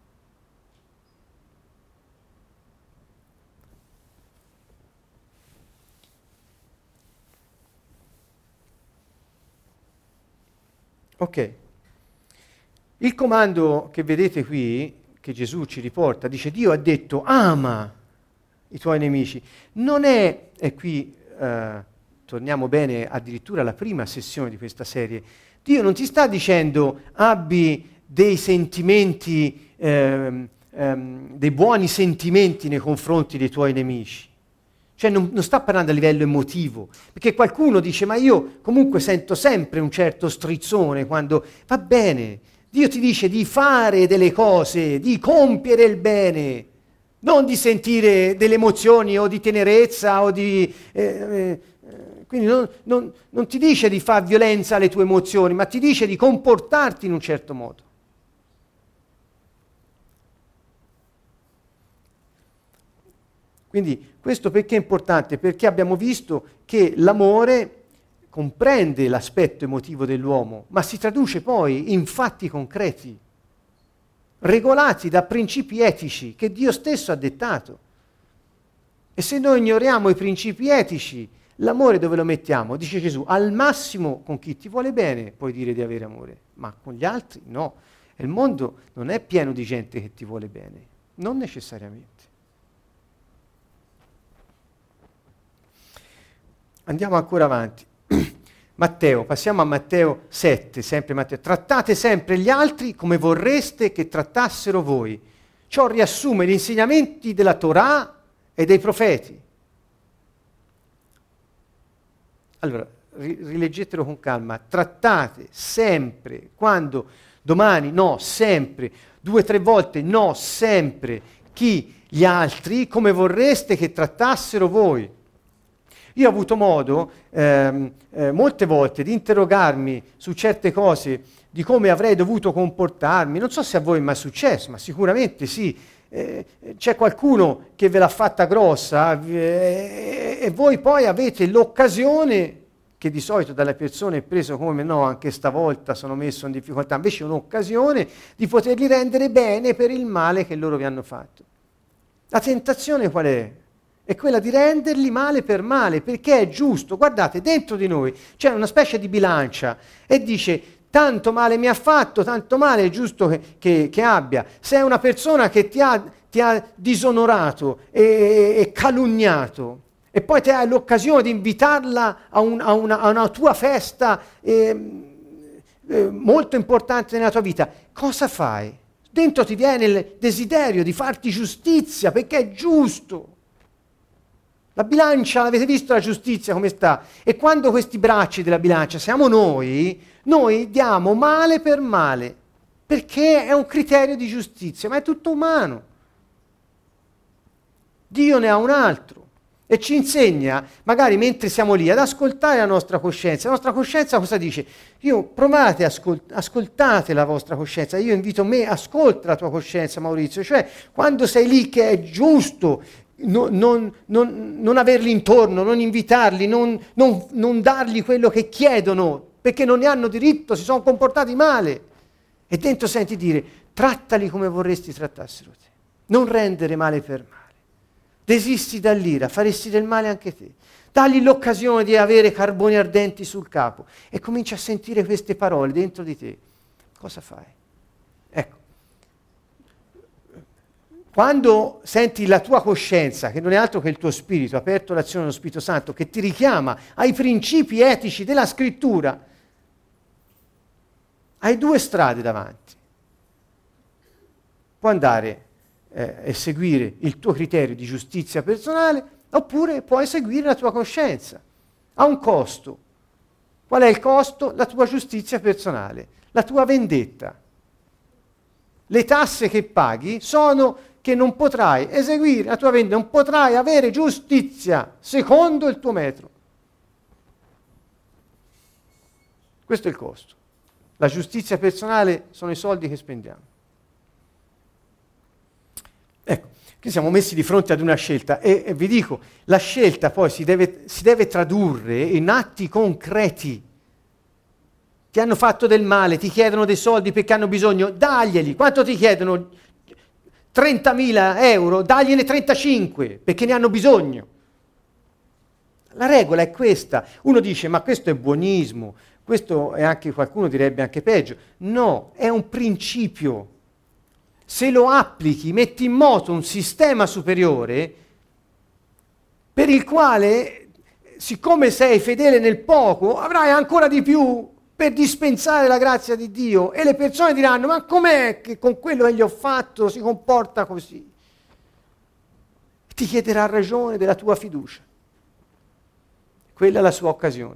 Ok. Il comando che vedete qui, che Gesù ci riporta, dice Dio ha detto ama i tuoi nemici. Non è, e qui torniamo bene addirittura alla prima sessione di questa serie, Dio non ti sta dicendo abbi dei sentimenti, dei buoni sentimenti nei confronti dei tuoi nemici. Cioè non sta parlando a livello emotivo, perché qualcuno dice ma io comunque sento sempre un certo strizzone quando va bene. Dio ti dice di fare delle cose, di compiere il bene, non di sentire delle emozioni o di tenerezza o di... quindi non ti dice di far violenza alle tue emozioni, ma ti dice di comportarti in un certo modo. Quindi questo perché è importante? Perché abbiamo visto che l'amore comprende l'aspetto emotivo dell'uomo, ma si traduce poi in fatti concreti, regolati da principi etici che Dio stesso ha dettato. E se noi ignoriamo i principi etici, l'amore dove lo mettiamo? Dice Gesù, al massimo con chi ti vuole bene puoi dire di avere amore, ma con gli altri no. E il mondo non è pieno di gente che ti vuole bene, non necessariamente. Andiamo ancora avanti. Matteo, passiamo a Matteo 7, sempre Matteo. Trattate sempre gli altri come vorreste che trattassero voi. Ciò riassume gli insegnamenti della Torah e dei profeti. Allora, rileggetelo con calma. Trattate sempre, quando domani, no, sempre, 2 o 3 volte, no, sempre, chi? Gli altri come vorreste che trattassero voi. Io ho avuto modo molte volte di interrogarmi su certe cose, di come avrei dovuto comportarmi. Non so se a voi è mai successo, ma sicuramente sì. C'è qualcuno che ve l'ha fatta grossa e voi poi avete l'occasione, che di solito dalle persone è preso come no, anche stavolta sono messo in difficoltà, invece è un'occasione di poterli rendere bene per il male che loro vi hanno fatto. La tentazione qual è? È quella di renderli male per male, perché è giusto. Guardate, dentro di noi c'è una specie di bilancia e dice tanto male mi ha fatto, tanto male è giusto che abbia. Se è una persona che ti ha disonorato e calunniato e poi ti hai l'occasione di invitarla a una tua festa molto importante nella tua vita, cosa fai? Dentro ti viene il desiderio di farti giustizia perché è giusto. La bilancia, avete visto la giustizia come sta? E quando questi bracci della bilancia siamo noi diamo male per male, perché è un criterio di giustizia, ma è tutto umano. Dio ne ha un altro e ci insegna, magari mentre siamo lì, ad ascoltare la nostra coscienza. La nostra coscienza cosa dice? Provate, ascoltate la vostra coscienza. Io invito me, ascolta la tua coscienza, Maurizio. Cioè, quando sei lì che è giusto, non averli intorno, non invitarli, non dargli quello che chiedono, perché non ne hanno diritto, si sono comportati male. E dentro senti dire, trattali come vorresti trattassero te. Non rendere male per male. Desisti dall'ira, faresti del male anche te. Dagli l'occasione di avere carboni ardenti sul capo e cominci a sentire queste parole dentro di te. Cosa fai? Ecco. Quando senti la tua coscienza, che non è altro che il tuo spirito, aperto all'azione dello Spirito Santo, che ti richiama ai principi etici della Scrittura, hai 2 strade davanti. Puoi andare e seguire il tuo criterio di giustizia personale, oppure puoi seguire la tua coscienza. Ha un costo. Qual è il costo? La tua giustizia personale, la tua vendetta. Le tasse che paghi sono che non potrai eseguire la tua vendetta, non potrai avere giustizia secondo il tuo metro. Questo è il costo. La giustizia personale sono i soldi che spendiamo. Ecco, qui siamo messi di fronte ad una scelta e vi dico, la scelta poi si deve tradurre in atti concreti. Ti hanno fatto del male, ti chiedono dei soldi perché hanno bisogno, daglieli. Quanto ti chiedono? 30.000 euro, dagliene 35 perché ne hanno bisogno. La regola è questa. Uno dice, ma questo è buonismo, questo è anche, qualcuno direbbe anche peggio. No, è un principio. Se lo applichi, metti in moto un sistema superiore per il quale, siccome sei fedele nel poco, avrai ancora di più per dispensare la grazia di Dio. E le persone diranno, ma com'è che con quello che gli ho fatto si comporta così? Ti chiederà ragione della tua fiducia. Quella è la sua occasione.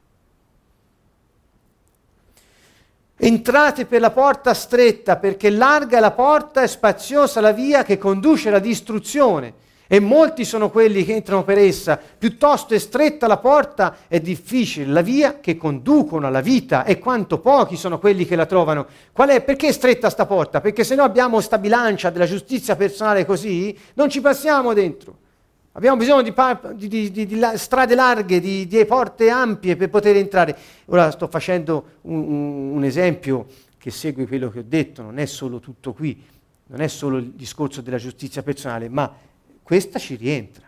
Entrate per la porta stretta, perché larga è la porta e spaziosa la via che conduce alla distruzione, e molti sono quelli che entrano per essa. Piuttosto è stretta la porta e difficile la via che conducono alla vita, e quanto pochi sono quelli che la trovano. Perché è stretta sta porta? Perché se no abbiamo sta bilancia della giustizia personale così, non ci passiamo dentro. Abbiamo bisogno di strade larghe, di porte ampie per poter entrare. Ora sto facendo un esempio che segue quello che ho detto, non è solo tutto qui, non è solo il discorso della giustizia personale, ma questa ci rientra.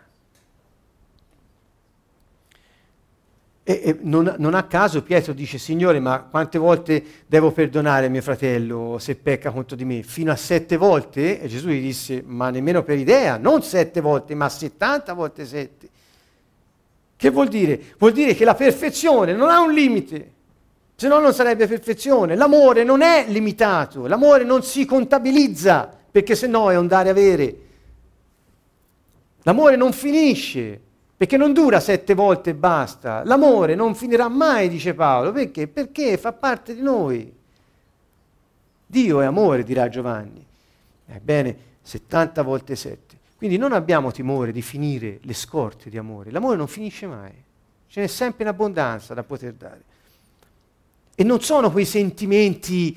E non a caso Pietro dice, Signore, ma quante volte devo perdonare mio fratello se pecca contro di me? Fino a 7 volte? E Gesù gli disse, ma nemmeno per idea, non 7 volte, ma 70 volte 7. Che vuol dire? Vuol dire che la perfezione non ha un limite, se no non sarebbe perfezione. L'amore non è limitato, l'amore non si contabilizza, perché se no è un dare avere. L'amore non finisce, perché non dura 7 volte e basta. L'amore non finirà mai, dice Paolo. Perché? Perché fa parte di noi. Dio è amore, dirà Giovanni. Ebbene, 70 volte 7. Quindi non abbiamo timore di finire le scorte di amore. L'amore non finisce mai. Ce n'è sempre in abbondanza da poter dare. E non sono quei sentimenti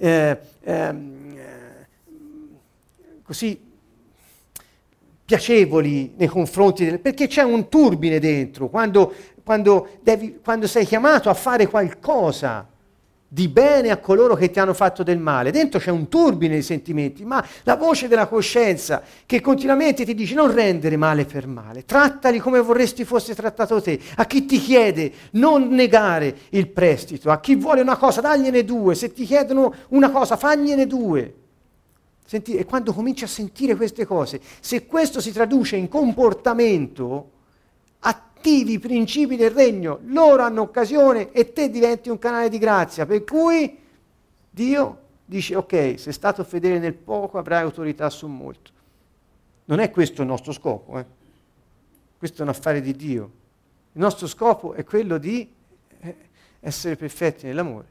così piacevoli nei confronti perché c'è un turbine dentro quando sei chiamato a fare qualcosa di bene a coloro che ti hanno fatto del male. Dentro c'è un turbine di sentimenti, ma la voce della coscienza che continuamente ti dice non rendere male per male, trattali come vorresti fosse trattato te. A chi ti chiede non negare il prestito, a chi vuole una cosa dagliene 2, se ti chiedono una cosa fagliene 2. Senti, e quando cominci a sentire queste cose, se questo si traduce in comportamento, attivi i principi del regno, loro hanno occasione e te diventi un canale di grazia, per cui Dio dice, ok, sei stato fedele nel poco, avrai autorità su molto. Non è questo il nostro scopo, questo è un affare di Dio. Il nostro scopo è quello di essere perfetti nell'amore.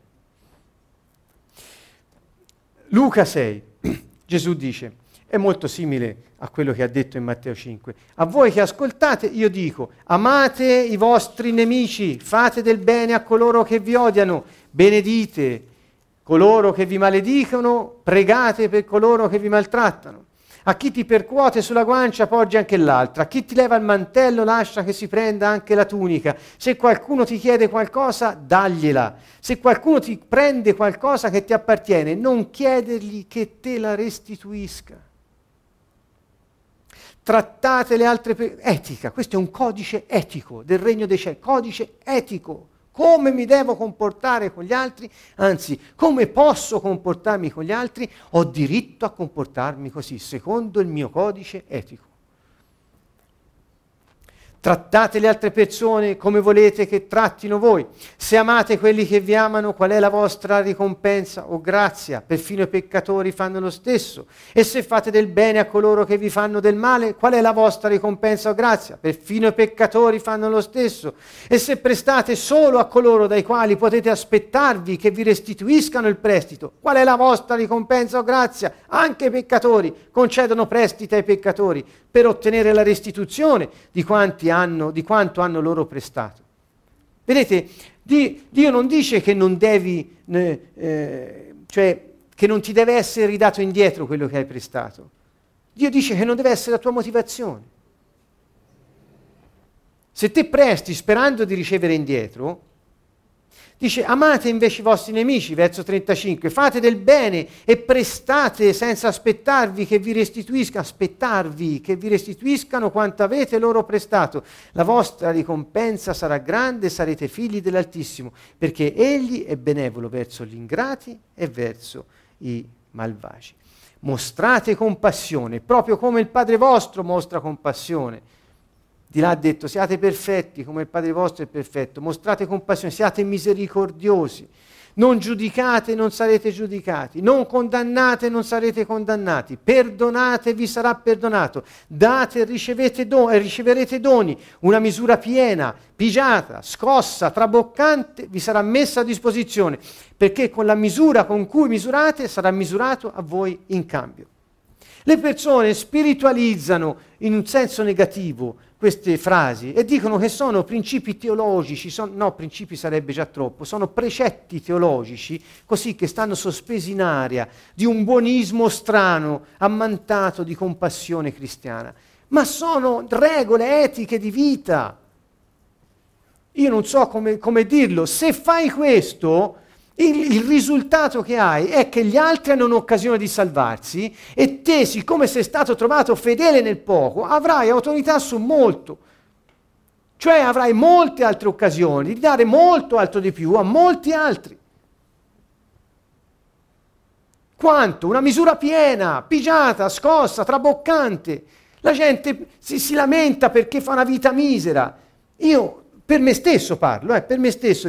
Luca 6. Gesù dice, è molto simile a quello che ha detto in Matteo 5. A voi che ascoltate, io dico, amate i vostri nemici, fate del bene a coloro che vi odiano, benedite coloro che vi maledicono, pregate per coloro che vi maltrattano. A chi ti percuote sulla guancia poggi anche l'altra, a chi ti leva il mantello lascia che si prenda anche la tunica. Se qualcuno ti chiede qualcosa, dagliela. Se qualcuno ti prende qualcosa che ti appartiene, non chiedergli che te la restituisca. Trattate le altre etica, questo è un codice etico del regno dei cieli, codice etico. Come mi devo comportare con gli altri? Anzi, come posso comportarmi con gli altri? Ho diritto a comportarmi così, secondo il mio codice etico. Trattate le altre persone come volete che trattino voi. Se amate quelli che vi amano, qual è la vostra ricompensa o grazia? Perfino i peccatori fanno lo stesso. E se fate del bene a coloro che vi fanno del male, qual è la vostra ricompensa o grazia? Perfino i peccatori fanno lo stesso. E se prestate solo a coloro dai quali potete aspettarvi che vi restituiscano il prestito, qual è la vostra ricompensa o grazia? Anche i peccatori concedono prestiti ai peccatori per ottenere la restituzione di quanto hanno loro prestato. Vedete, Dio non dice che non devi, cioè che non ti deve essere ridato indietro quello che hai prestato. Dio dice che non deve essere la tua motivazione. Se te presti sperando di ricevere indietro, dice amate invece i vostri nemici, verso 35, fate del bene e prestate senza aspettarvi che vi restituiscano quanto avete loro prestato. La vostra ricompensa sarà grande, sarete figli dell'Altissimo, perché Egli è benevolo verso gli ingrati e verso i malvagi. Mostrate compassione, proprio come il Padre vostro mostra compassione. Di là ha detto, siate perfetti come il Padre vostro è perfetto, mostrate compassione, siate misericordiosi, non giudicate, non sarete giudicati, non condannate, non sarete condannati, perdonate, vi sarà perdonato, date e riceverete doni, una misura piena, pigiata, scossa, traboccante, vi sarà messa a disposizione, perché con la misura con cui misurate sarà misurato a voi in cambio. Le persone spiritualizzano in un senso negativo queste frasi e dicono che sono principi teologici, no, principi sarebbe già troppo, sono precetti teologici, così che stanno sospesi in aria, di un buonismo strano, ammantato di compassione cristiana. Ma sono regole etiche di vita. Io non so come dirlo, se fai questo, il risultato che hai è che gli altri hanno un'occasione di salvarsi e te, siccome sei stato trovato fedele nel poco, avrai autorità su molto. Cioè avrai molte altre occasioni di dare molto altro di più a molti altri. Quanto? Una misura piena, pigiata, scossa, traboccante. La gente si lamenta perché fa una vita misera. Io per me stesso parlo, per me stesso.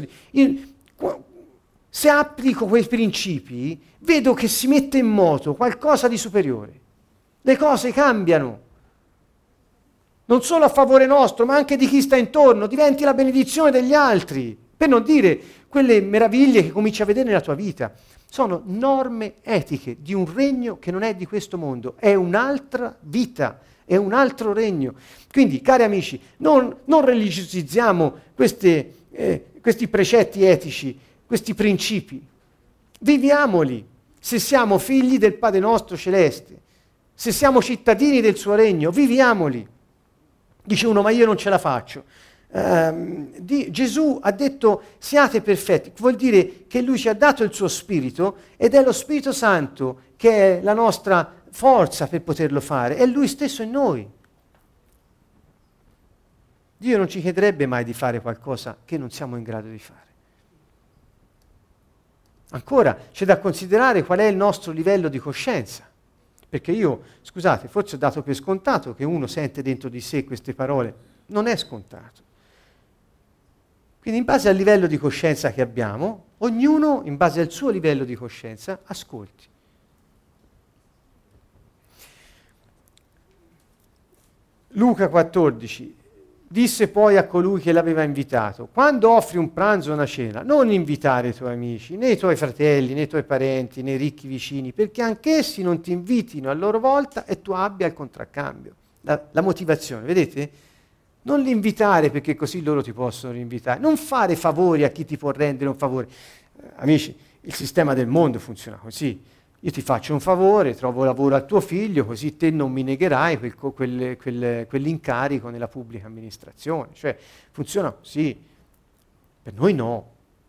Se applico quei principi, vedo che si mette in moto qualcosa di superiore. Le cose cambiano. Non solo a favore nostro, ma anche di chi sta intorno. Diventi la benedizione degli altri. Per non dire quelle meraviglie che cominci a vedere nella tua vita. Sono norme etiche di un regno che non è di questo mondo. È un'altra vita, è un altro regno. Quindi, cari amici, non religiosizziamo questi precetti etici, questi principi, viviamoli se siamo figli del Padre nostro celeste, se siamo cittadini del suo regno, viviamoli. Dice uno, ma io non ce la faccio. Gesù ha detto siate perfetti, vuol dire che lui ci ha dato il suo spirito ed è lo Spirito Santo che è la nostra forza per poterlo fare, è lui stesso in noi. Dio non ci chiederebbe mai di fare qualcosa che non siamo in grado di fare. Ancora, c'è da considerare qual è il nostro livello di coscienza, perché io, scusate, forse ho dato per scontato che uno sente dentro di sé queste parole, non è scontato. Quindi in base al livello di coscienza che abbiamo, ognuno, in base al suo livello di coscienza, ascolti. Luca 14. Disse poi a colui che l'aveva invitato, quando offri un pranzo o una cena, non invitare i tuoi amici, né i tuoi fratelli, né i tuoi parenti, né i ricchi vicini, perché anch'essi non ti invitino a loro volta e tu abbia il contraccambio. La motivazione, vedete? Non li invitare perché così loro ti possono rinvitare. Non fare favori a chi ti può rendere un favore. Amici, il sistema del mondo funziona così. Io ti faccio un favore, trovo lavoro al tuo figlio, così te non mi negherai quell'incarico nella pubblica amministrazione. Cioè, funziona così. Per noi no.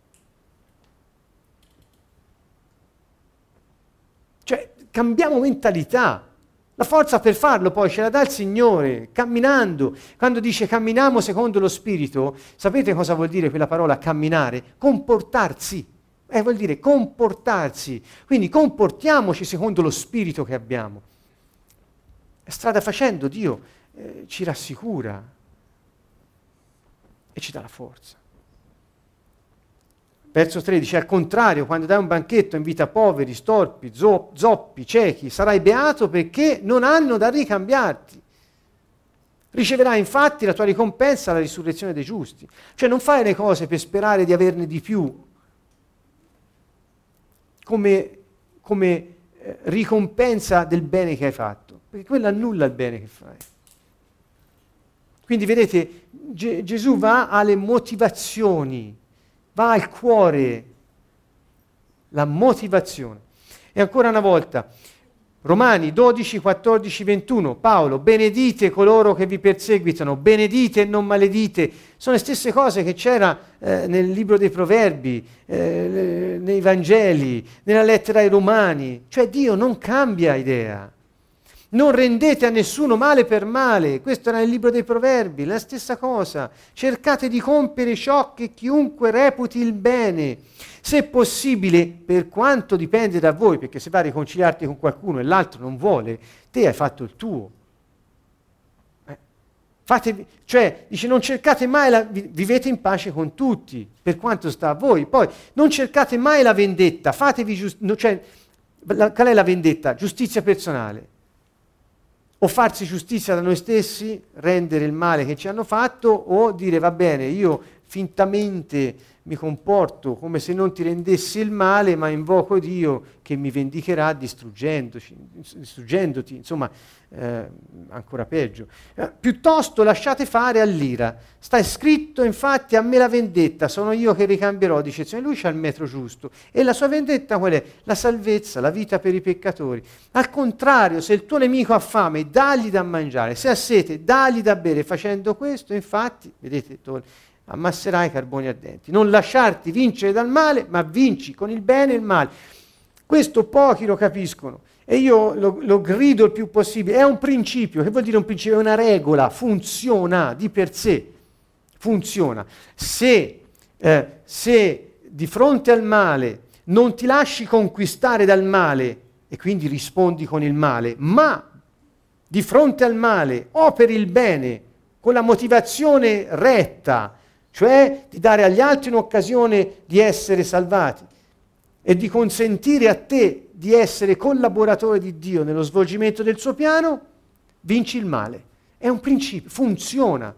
Cioè, cambiamo mentalità. La forza per farlo poi ce la dà il Signore, camminando. Quando dice camminiamo secondo lo Spirito, sapete cosa vuol dire quella parola camminare? Comportarsi. Vuol dire comportarsi, quindi comportiamoci secondo lo spirito che abbiamo. Strada facendo Dio ci rassicura e ci dà la forza. Verso 13, al contrario, quando dai un banchetto invita poveri, storpi, zoppi, ciechi, sarai beato perché non hanno da ricambiarti. Riceverai infatti la tua ricompensa alla risurrezione dei giusti. Cioè non fai le cose per sperare di averne di più, come ricompensa del bene che hai fatto, perché quello annulla il bene che fai. Quindi vedete, Gesù va alle motivazioni, va al cuore, la motivazione. E ancora una volta, Romani 12, 14, 21, Paolo, benedite coloro che vi perseguitano, benedite e non maledite. Sono le stesse cose che c'era nel libro dei Proverbi, nei Vangeli, nella lettera ai Romani. Cioè Dio non cambia idea. Non rendete a nessuno male per male, questo era nel libro dei Proverbi, la stessa cosa. Cercate di compiere ciò che chiunque reputi il bene, se possibile, per quanto dipende da voi, perché se vai a riconciliarti con qualcuno e l'altro non vuole, te hai fatto il tuo. Cioè, dice, non cercate mai, vivete in pace con tutti, per quanto sta a voi. Poi, non cercate mai la vendetta, fatevi qual è la vendetta? Giustizia personale. O farsi giustizia da noi stessi, rendere il male che ci hanno fatto, o dire va bene, io fintamente mi comporto come se non ti rendessi il male, ma invoco Dio che mi vendicherà distruggendoti, insomma, ancora peggio. Piuttosto lasciate fare all'ira. Sta scritto infatti a me la vendetta, sono io che ricambierò, dice il Signore. Lui c'ha il metro giusto. E la sua vendetta qual è? La salvezza, la vita per i peccatori. Al contrario, se il tuo nemico ha fame, dagli da mangiare, se ha sete, dagli da bere. Facendo questo, infatti, vedete, ammasserai carboni ardenti. Non lasciarti vincere dal male, ma vinci con il bene e il male. Questo pochi lo capiscono e io lo grido il più possibile. È un principio. Che vuol dire un principio? È una regola, funziona di per sé, funziona. Se di fronte al male non ti lasci conquistare dal male e quindi rispondi con il male, ma di fronte al male operi il bene con la motivazione retta, cioè di dare agli altri un'occasione di essere salvati e di consentire a te di essere collaboratore di Dio nello svolgimento del suo piano, vinci il male. È un principio, funziona.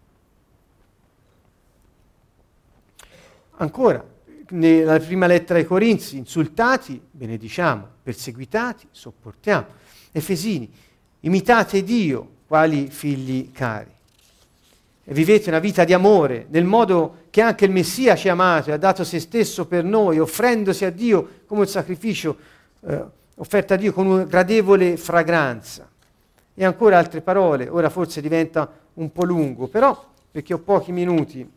Ancora, nella prima lettera ai Corinzi, insultati, benediciamo, perseguitati, sopportiamo. Efesini, imitate Dio, quali figli cari. E vivete una vita di amore, nel modo che anche il Messia ci ha amato e ha dato se stesso per noi, offrendosi a Dio come un sacrificio offerto a Dio con una gradevole fragranza. E ancora altre parole, ora forse diventa un po' lungo, però, perché ho pochi minuti.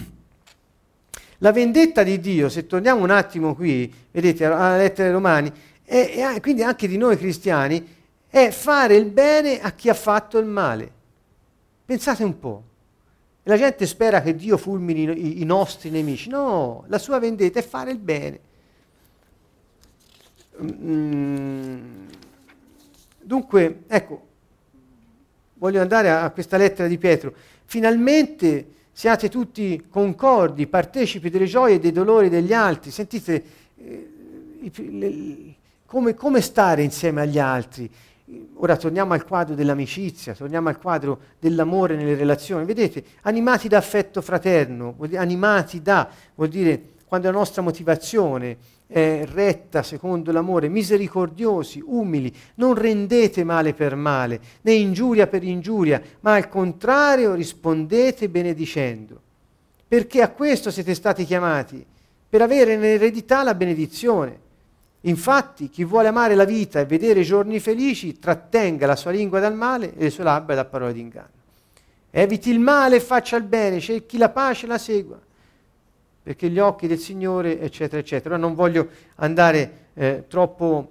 La vendetta di Dio, se torniamo un attimo qui, vedete, alla lettera ai Romani, e quindi anche di noi cristiani, è fare il bene a chi ha fatto il male. Pensate un po'. E la gente spera che Dio fulmini i nostri nemici. No, la sua vendetta è fare il bene. Dunque, ecco, voglio andare a questa lettera di Pietro. Finalmente siate tutti concordi, partecipi delle gioie e dei dolori degli altri. Sentite come stare insieme agli altri. Ora torniamo al quadro dell'amicizia, torniamo al quadro dell'amore nelle relazioni. Vedete, animati da affetto fraterno, vuol dire quando la nostra motivazione è retta secondo l'amore, misericordiosi, umili, non rendete male per male, né ingiuria per ingiuria, ma al contrario rispondete benedicendo. Perché a questo siete stati chiamati, per avere in eredità la benedizione. Infatti, chi vuole amare la vita e vedere giorni felici, trattenga la sua lingua dal male e le sue labbra da parole d'inganno. Eviti il male e faccia il bene, cerchi la pace e la segua, perché gli occhi del Signore, eccetera, eccetera. Ora non voglio andare troppo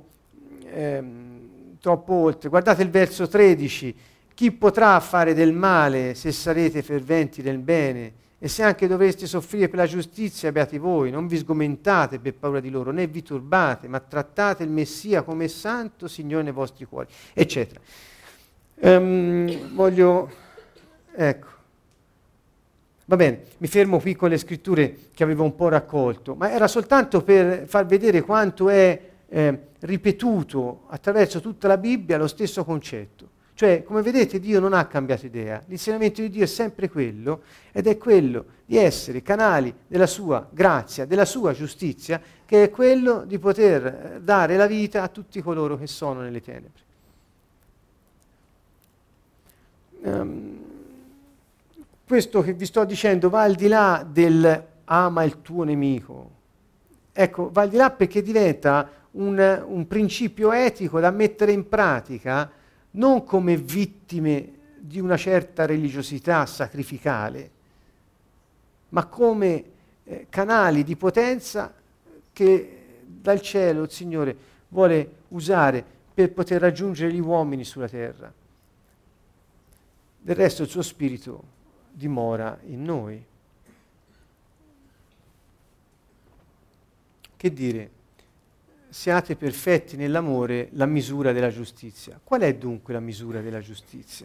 oltre. Guardate il verso 13. Chi potrà fare del male se sarete ferventi nel bene? E se anche dovreste soffrire per la giustizia, beati voi, non vi sgomentate per paura di loro, né vi turbate, ma trattate il Messia come santo Signore nei vostri cuori, eccetera. Ecco. Va bene, mi fermo qui con le scritture che avevo un po' raccolto, ma era soltanto per far vedere quanto è ripetuto attraverso tutta la Bibbia lo stesso concetto. Cioè, come vedete, Dio non ha cambiato idea, l'insegnamento di Dio è sempre quello, ed è quello di essere canali della sua grazia, della sua giustizia, che è quello di poter dare la vita a tutti coloro che sono nelle tenebre. Questo che vi sto dicendo va al di là del ama il tuo nemico. Ecco, va al di là perché diventa un principio etico da mettere in pratica non come vittime di una certa religiosità sacrificale, ma come canali di potenza che dal cielo il Signore vuole usare per poter raggiungere gli uomini sulla terra. Del resto il suo spirito dimora in noi. Che dire? Siate perfetti nell'amore, la misura della giustizia. Qual è dunque la misura della giustizia?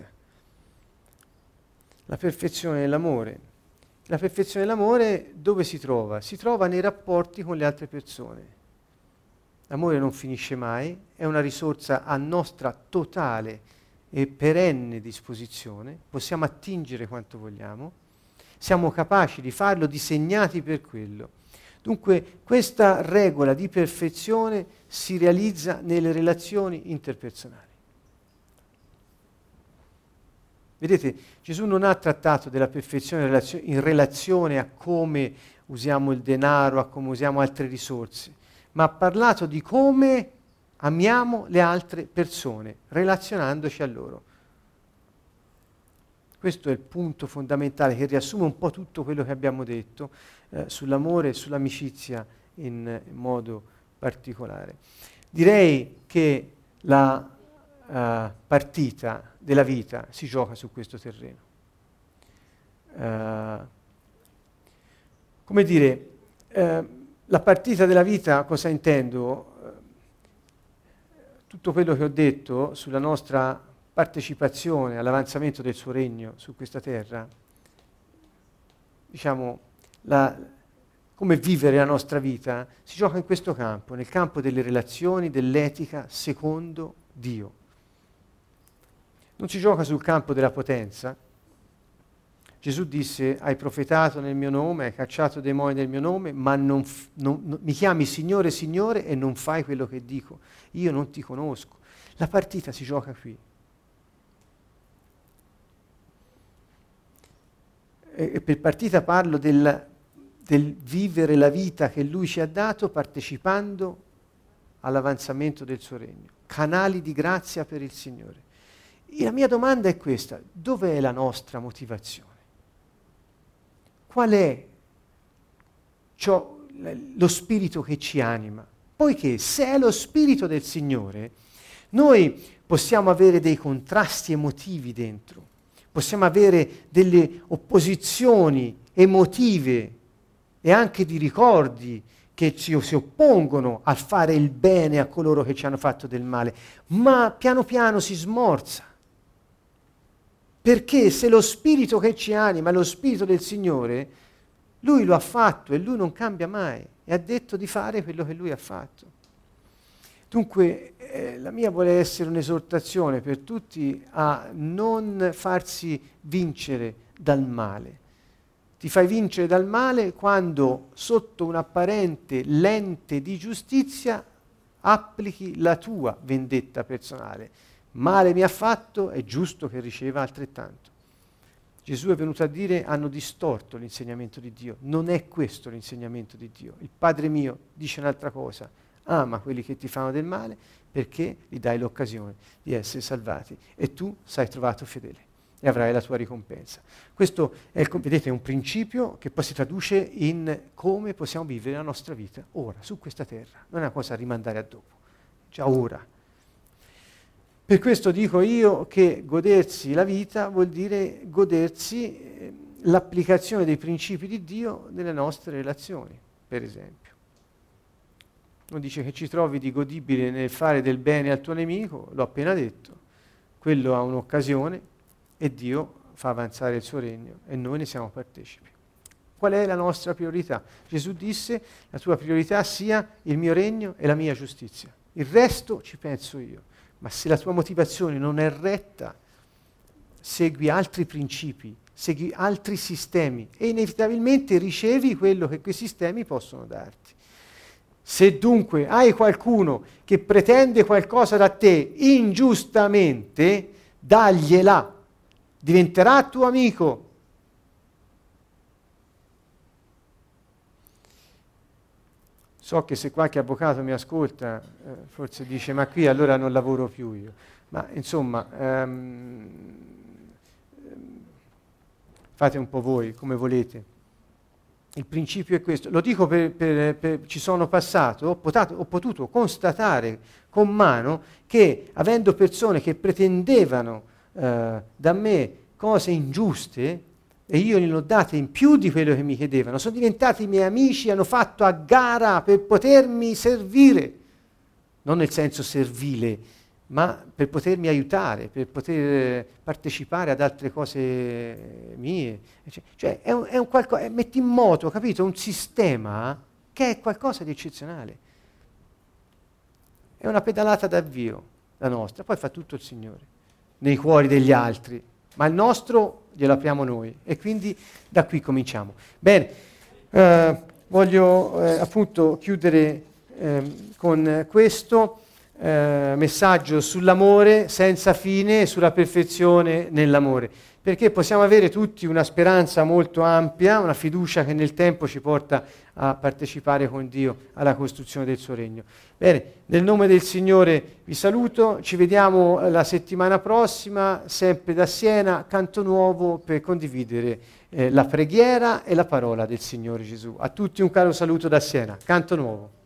La perfezione nell'amore. La perfezione nell'amore dove si trova? Si trova nei rapporti con le altre persone. L'amore non finisce mai, è una risorsa a nostra totale e perenne disposizione, possiamo attingere quanto vogliamo, siamo capaci di farlo, disegnati per quello. Dunque questa regola di perfezione si realizza nelle relazioni interpersonali. Vedete, Gesù non ha trattato della perfezione in relazione a come usiamo il denaro, a come usiamo altre risorse, ma ha parlato di come amiamo le altre persone, relazionandoci a loro. Questo è il punto fondamentale che riassume un po' tutto quello che abbiamo detto sull'amore e sull'amicizia in modo particolare. Direi che la partita della vita si gioca su questo terreno. Come dire, la partita della vita, cosa intendo? Tutto quello che ho detto sulla nostra partecipazione all'avanzamento del suo regno su questa terra, diciamo, come vivere la nostra vita, si gioca in questo campo, nel campo delle relazioni, dell'etica secondo Dio. Non si gioca sul campo della potenza. Gesù disse: hai profetato nel mio nome, hai cacciato demoni nel mio nome, ma mi chiami Signore, Signore e non fai quello che dico. Io non ti conosco. La partita si gioca qui. E per partita parlo del vivere la vita che Lui ci ha dato partecipando all'avanzamento del suo regno. Canali di grazia per il Signore. E la mia domanda è questa: dov'è la nostra motivazione? Qual è lo spirito che ci anima? Poiché se è lo spirito del Signore, noi possiamo avere dei contrasti emotivi dentro, possiamo avere delle opposizioni emotive e anche di ricordi che si oppongono al fare il bene a coloro che ci hanno fatto del male, ma piano piano si smorza. Perché se lo spirito che ci anima è lo spirito del Signore, Lui lo ha fatto e Lui non cambia mai e ha detto di fare quello che Lui ha fatto. Dunque la mia vuole essere un'esortazione per tutti a non farsi vincere dal male. Ti fai vincere dal male quando sotto un'apparente lente di giustizia applichi la tua vendetta personale. Male mi ha fatto, è giusto che riceva altrettanto. Gesù è venuto a dire: hanno distorto l'insegnamento di Dio. Non è questo l'insegnamento di Dio. Il Padre mio dice un'altra cosa: ama quelli che ti fanno del male perché gli dai l'occasione di essere salvati e tu sarai trovato fedele e avrai la tua ricompensa. Questo è, vedete, un principio che poi si traduce in come possiamo vivere la nostra vita ora, su questa terra. Non è una cosa da rimandare a dopo, già ora. Per questo dico io che godersi la vita vuol dire godersi l'applicazione dei principi di Dio nelle nostre relazioni, per esempio. Non dice che ci trovi di godibile nel fare del bene al tuo nemico, l'ho appena detto, quello ha un'occasione e Dio fa avanzare il suo regno e noi ne siamo partecipi. Qual è la nostra priorità? Gesù disse: la tua priorità sia il mio regno e la mia giustizia. Il resto ci penso io. Ma se la tua motivazione non è retta, segui altri principi, segui altri sistemi e inevitabilmente ricevi quello che quei sistemi possono darti. Se dunque hai qualcuno che pretende qualcosa da te ingiustamente, dagliela, diventerà tuo amico. So che se qualche avvocato mi ascolta, forse dice, ma qui allora non lavoro più io. Ma insomma, fate un po' voi, come volete. Il principio è questo. Lo dico ci sono passato, ho potuto constatare con mano che, avendo persone che pretendevano da me cose ingiuste, e io gliene ho date in più di quello che mi chiedevano, sono diventati i miei amici, hanno fatto a gara per potermi servire, non nel senso servile, ma per potermi aiutare, per poter partecipare ad altre cose mie. Cioè è un qualcosa, metti in moto, capito, un sistema che è qualcosa di eccezionale. È una pedalata d'avvio, la nostra, poi fa tutto il Signore, nei cuori degli altri, ma il nostro glielo apriamo noi e quindi da qui cominciamo. Bene, voglio appunto chiudere con questo messaggio sull'amore senza fine e sulla perfezione nell'amore, perché possiamo avere tutti una speranza molto ampia, una fiducia che nel tempo ci porta a partecipare con Dio alla costruzione del suo regno. Bene, nel nome del Signore vi saluto, ci vediamo la settimana prossima, sempre da Siena, Canto Nuovo, per condividere la preghiera e la parola del Signore Gesù. A tutti un caro saluto da Siena, Canto Nuovo.